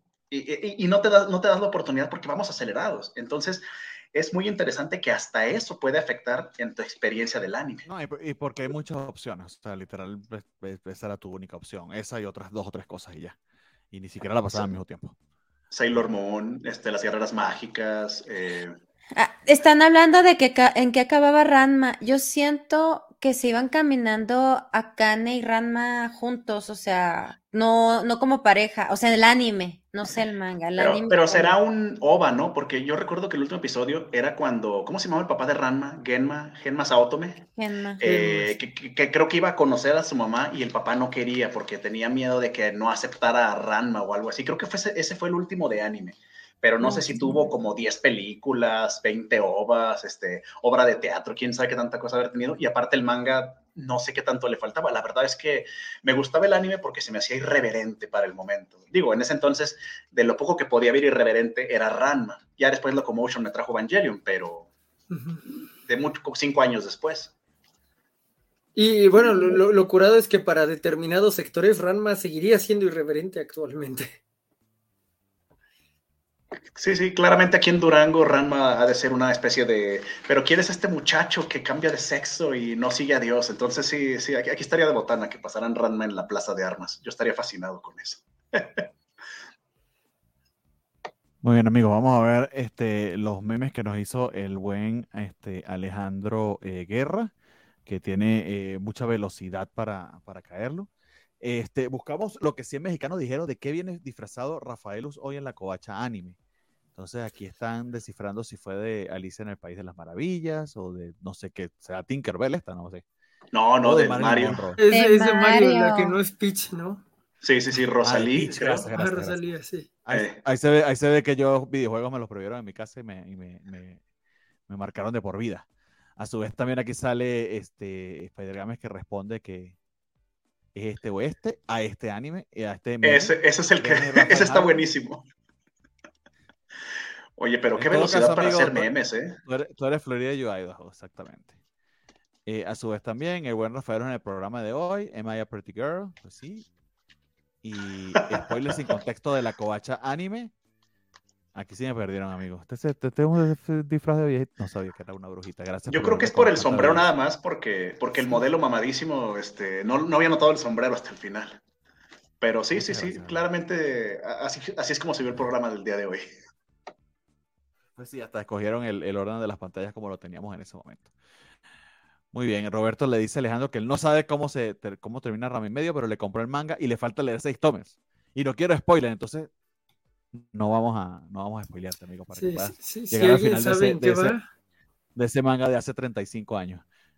Y no te das la oportunidad porque vamos acelerados. Entonces, es muy interesante que hasta eso puede afectar en tu experiencia del anime. No, y porque hay muchas opciones. O sea, literal, esa era tu única opción. Esa y otras 2 o 3 cosas y ya. Y ni siquiera la pasaban al mismo tiempo. Sailor Moon, las guerreras mágicas. Están hablando de que en qué acababa Ranma. Yo siento que se iban caminando Akane y Ranma juntos, o sea, no como pareja, o sea, el anime, no sé el manga, el anime. Pero será un OVA, ¿no? Porque yo recuerdo que el último episodio era cuando, ¿cómo se llamaba el papá de Ranma? Genma Saotome. Genma. Que creo que iba a conocer a su mamá y el papá no quería porque tenía miedo de que no aceptara a Ranma o algo así. Creo que ese fue el último de anime. Pero no sé si tuvo como 10 películas, 20 ovas, obra de teatro, quién sabe qué tanta cosa haber tenido. Y aparte el manga, no sé qué tanto le faltaba. La verdad es que me gustaba el anime porque se me hacía irreverente para el momento. Digo, en ese entonces, de lo poco que podía ver irreverente era Ranma. Ya después Locomotion me trajo Evangelion, pero de 5 años después. Y bueno, lo curado es que para determinados sectores Ranma seguiría siendo irreverente actualmente. Sí, claramente aquí en Durango Ranma ha de ser una especie de, pero ¿quién es este muchacho que cambia de sexo y no sigue a Dios? Entonces sí, aquí estaría de botana que pasaran Ranma en la plaza de armas. Yo estaría fascinado con eso. Muy bien, amigos, vamos a ver los memes que nos hizo el buen Alejandro Guerra, que tiene mucha velocidad para caerlo. Buscamos lo que 100 mexicanos dijeron de qué viene disfrazado Rafaelus hoy en la Covacha Anime. Entonces aquí están descifrando si fue de Alicia en el País de las Maravillas o de no sé qué, será Tinkerbell no sé. No, O de del Marilyn Mario. Monroe. Es de Mario, la que Mario. no es Peach, ¿no? Sí, De Rosalí, Peach, creo. gracias. Rosalía, sí. Ahí se ve que yo videojuegos me los prohibieron en mi casa y me marcaron de por vida. A su vez también aquí sale Spider-Games que responde que es este o a este anime, a este meme. Ese es el que, ese está buenísimo. Oye, pero qué En todo velocidad caso, para amigo, hacer memes, ¿eh? tú eres Florida y Idaho, exactamente. A su vez también, el buen Rafael en el programa de hoy, Am I a Pretty Girl? Pues sí, Y spoilers sin contexto de la covacha anime. Aquí sí me perdieron, amigos. Este es un disfraz de viejito. No sabía que era una brujita. Gracias Yo por creo que venirme es con por el tanta sombrero belleza. nada más, porque el Sí. modelo mamadísimo, no había notado el sombrero hasta el final. Pero sí, Muchas gracias, amigo. claramente, así es como se vio el programa del día de hoy. Pues sí, hasta escogieron el orden de las pantallas como lo teníamos en ese momento. Muy bien, Roberto le dice a Alejandro que él no sabe cómo termina Rama y Medio, pero le compró el manga y le falta leer 6 tomes. Y no quiero spoiler, entonces no vamos a spoilearte, amigo, para que Sí, puedas si llegar al alguien final sabe en qué va, de ese manga de hace 35 años.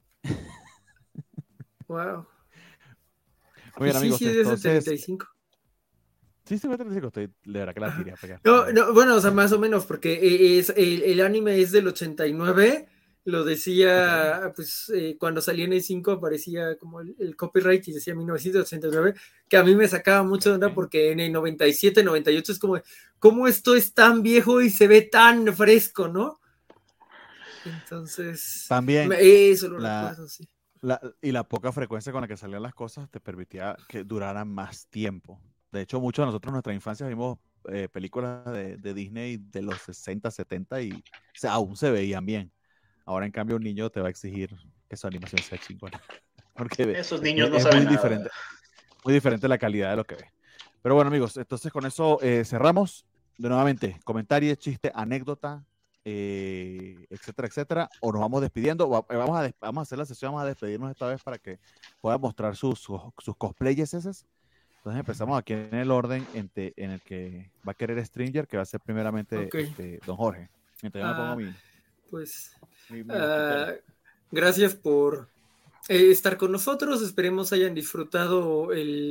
wow. Muy bien, amigos, Sí, es de entonces... 35. Sí, fue 35, de verdad que la Ajá. tiré a pegar. No, bueno, o sea, más o menos, porque el anime es del 89, lo decía, Ok. pues cuando salía en el 5 aparecía como el copyright y decía 1989, que a mí me sacaba mucho de onda Ok. porque en el 97, 98 es como, ¿cómo esto es tan viejo y se ve tan fresco, no? Entonces, También eso lo la, recuerdo, sí. y la poca frecuencia con la que salían las cosas te permitía que duraran más tiempo. De hecho, muchos de nosotros en nuestra infancia vimos películas de Disney de los 60, 70 y aún se veían bien. Ahora, en cambio, un niño te va a exigir que su animación sea chingona. Porque Esos niños no es saben nada. muy diferente la calidad de lo que ves. Pero bueno, amigos, entonces con eso cerramos. De nuevamente, comentarios, chiste, anécdota, etcétera, etcétera. O nos vamos despidiendo. Vamos a hacer la sesión, vamos a despedirnos esta vez para que puedan mostrar sus cosplayes esos. Entonces empezamos aquí en el orden en el que va a querer Stringer, que va a ser primeramente Ok. don Jorge. Mientras yo me pongo Pues mi mosquitero. gracias por estar con nosotros. Esperemos hayan disfrutado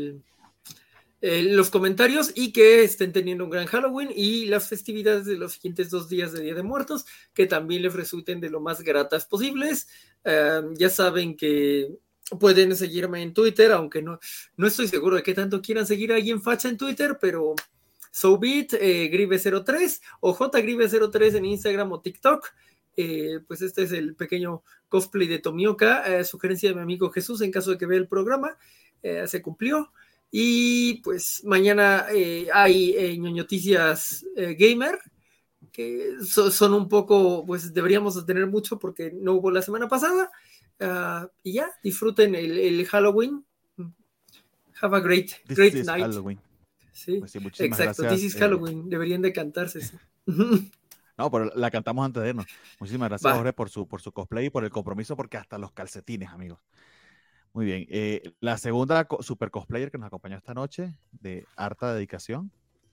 los comentarios y que estén teniendo un gran Halloween y las festividades de los siguientes 2 días de Día de Muertos, que también les resulten de lo más gratas posibles. Ya saben que pueden seguirme en Twitter, aunque no estoy seguro de qué tanto quieran seguir a alguien facha en Twitter, pero SoBit, Gribe03 o JGribe03 en Instagram o TikTok. Pues este es el pequeño cosplay de Tomioka, sugerencia de mi amigo Jesús en caso de que vea el programa. Se cumplió. Y pues mañana hay ñoñoticias gamer, que son un poco, pues deberíamos de tener mucho porque no hubo la semana pasada. Y ya, disfruten el Halloween. Have a great This is night. Halloween. Sí, Pues sí, muchísimas exacto. gracias. This is Halloween. Deberían de cantarse, sí. No, pero la cantamos antes de irnos. Muchísimas gracias, Va. Jorge, por su cosplay y por el compromiso, porque hasta los calcetines, amigos. Muy bien. La segunda super cosplayer que nos acompañó esta noche, de harta dedicación.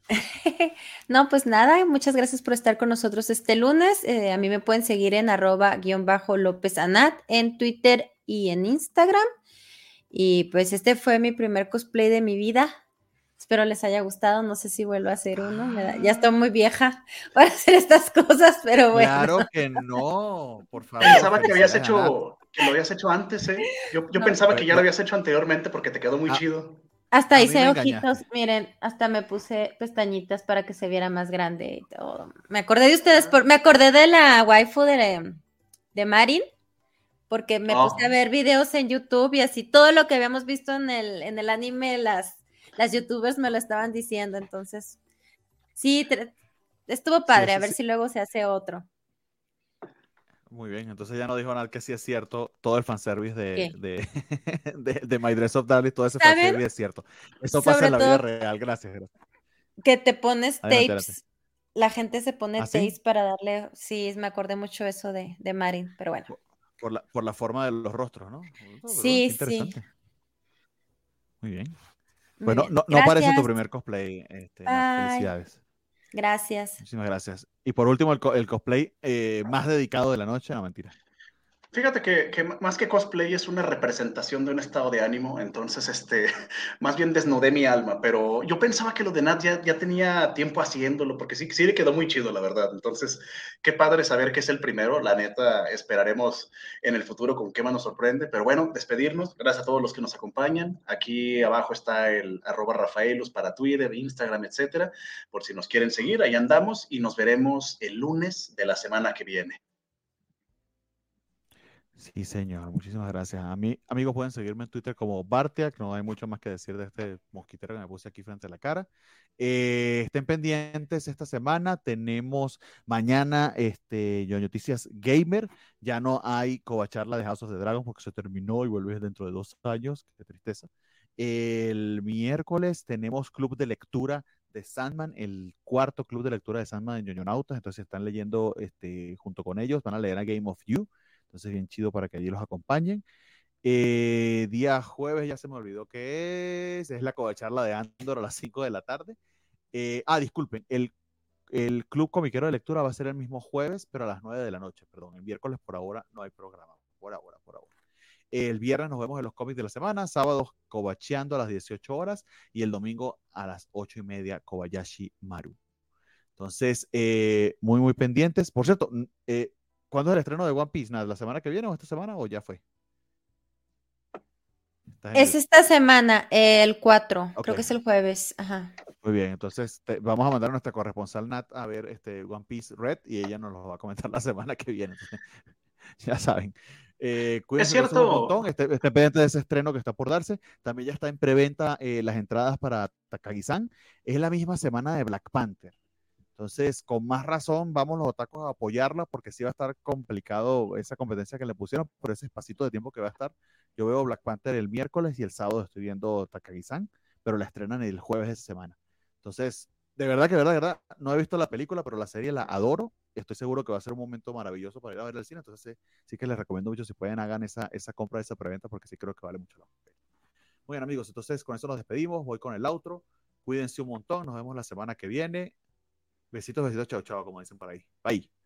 No, pues nada, muchas gracias por estar con nosotros este lunes. A mí me pueden seguir en @_LópezAnat en Twitter y en Instagram. Y pues este fue mi primer cosplay de mi vida. Espero les haya gustado. No sé si vuelvo a hacer uno. Ya estoy muy vieja para hacer estas cosas, pero bueno. Claro que no, por favor. Pensaba que Felicidades, Anat. lo habías hecho antes, ¿eh? Yo No. pensaba que ya lo habías hecho anteriormente porque te quedó muy chido. Hasta A mí hice me ojitos, engañaste. miren, hasta me puse pestañitas para que se viera más grande y todo. Me acordé de ustedes, me acordé de la waifu de Marin, porque me puse a ver videos en YouTube y así todo lo que habíamos visto en el anime, las youtubers me lo estaban diciendo, entonces sí, estuvo padre, a ver si luego se hace otro. Muy bien, entonces ya no dijo nada que sí es cierto, todo el fanservice de My Dress Up Darling, todo ese fanservice es cierto. Eso pasa en la vida real, gracias. Que te pones Adelante, tapes, la gente se pone ¿Ah, tapes sí? para darle, sí, me acordé mucho eso de Marin, pero bueno. Por la forma de los rostros, ¿no? Sí, Qué interesante. Muy bien. Muy bien. No parece tu primer cosplay, felicidades. Gracias. Muchísimas gracias. Y por último, el cosplay más dedicado de la noche, no, mentira. Fíjate que más que cosplay es una representación de un estado de ánimo, entonces más bien desnudé mi alma, pero yo pensaba que lo de Nat ya tenía tiempo haciéndolo, porque sí le quedó muy chido, la verdad. Entonces, qué padre saber que es el primero, la neta, esperaremos en el futuro con qué más nos sorprende, pero bueno, despedirnos, gracias a todos los que nos acompañan. Aquí abajo está el @Rafaelus para Twitter, Instagram, etcétera, por si nos quieren seguir, ahí andamos y nos veremos el lunes de la semana que viene. Sí, señor, muchísimas gracias. A mí, amigos, pueden seguirme en Twitter como Bartiak, no hay mucho más que decir de este mosquitero que me puse aquí frente a la cara. Estén pendientes esta semana, tenemos mañana Yo Noticias Gamer, ya no hay covacharla de House of the Dragon porque se terminó y vuelve dentro de 2 años, qué tristeza. El miércoles tenemos Club de Lectura de Sandman, el cuarto club de lectura de Sandman en Ñoñonautas, entonces están leyendo junto con ellos, van a leer a Game of You. Entonces, bien chido para que allí los acompañen. Día jueves, ya se me olvidó que es la covacharla de Andor a las 5 de la tarde. Disculpen, el Club Comiquero de Lectura va a ser el mismo jueves, pero a las 9 de la noche, perdón. El miércoles por ahora no hay programa, por ahora, por ahora. El viernes nos vemos en los cómics de la semana, sábados covacheando a las 18 horas y el domingo a las 8:30 Kobayashi Maru. Entonces, muy, muy pendientes. Por cierto, ¿cuándo es el estreno de One Piece? ¿La semana que viene o esta semana o ya fue? Es esta semana, el 4, Ok, creo que es el jueves. Ajá. muy bien. Entonces, vamos a mandar a nuestra corresponsal Nat a ver One Piece Red y ella nos lo va a comentar la semana que viene. Entonces, ya saben. Es Cuídense entonces un montón. cierto, Estén pendientes de ese estreno que está por darse. También ya está en preventa las entradas para Takagi-san. Es la misma semana de Black Panther. Entonces, con más razón, vamos los otacos a apoyarla porque sí va a estar complicado esa competencia que le pusieron por ese espacito de tiempo que va a estar. Yo veo Black Panther el miércoles y el sábado estoy viendo Takagi-san, pero la estrenan el jueves de esa semana. Entonces, de verdad que, de verdad, no he visto la película, pero la serie la adoro. Estoy seguro que va a ser un momento maravilloso para ir a ver al cine. Entonces, sí que les recomiendo mucho si pueden hagan esa compra de esa preventa porque sí creo que vale mucho la pena. Muy bien, amigos, entonces con eso nos despedimos. Voy con el outro. Cuídense un montón. Nos vemos la semana que viene. Besitos, besitos, chao, chao, como dicen por ahí. Bye.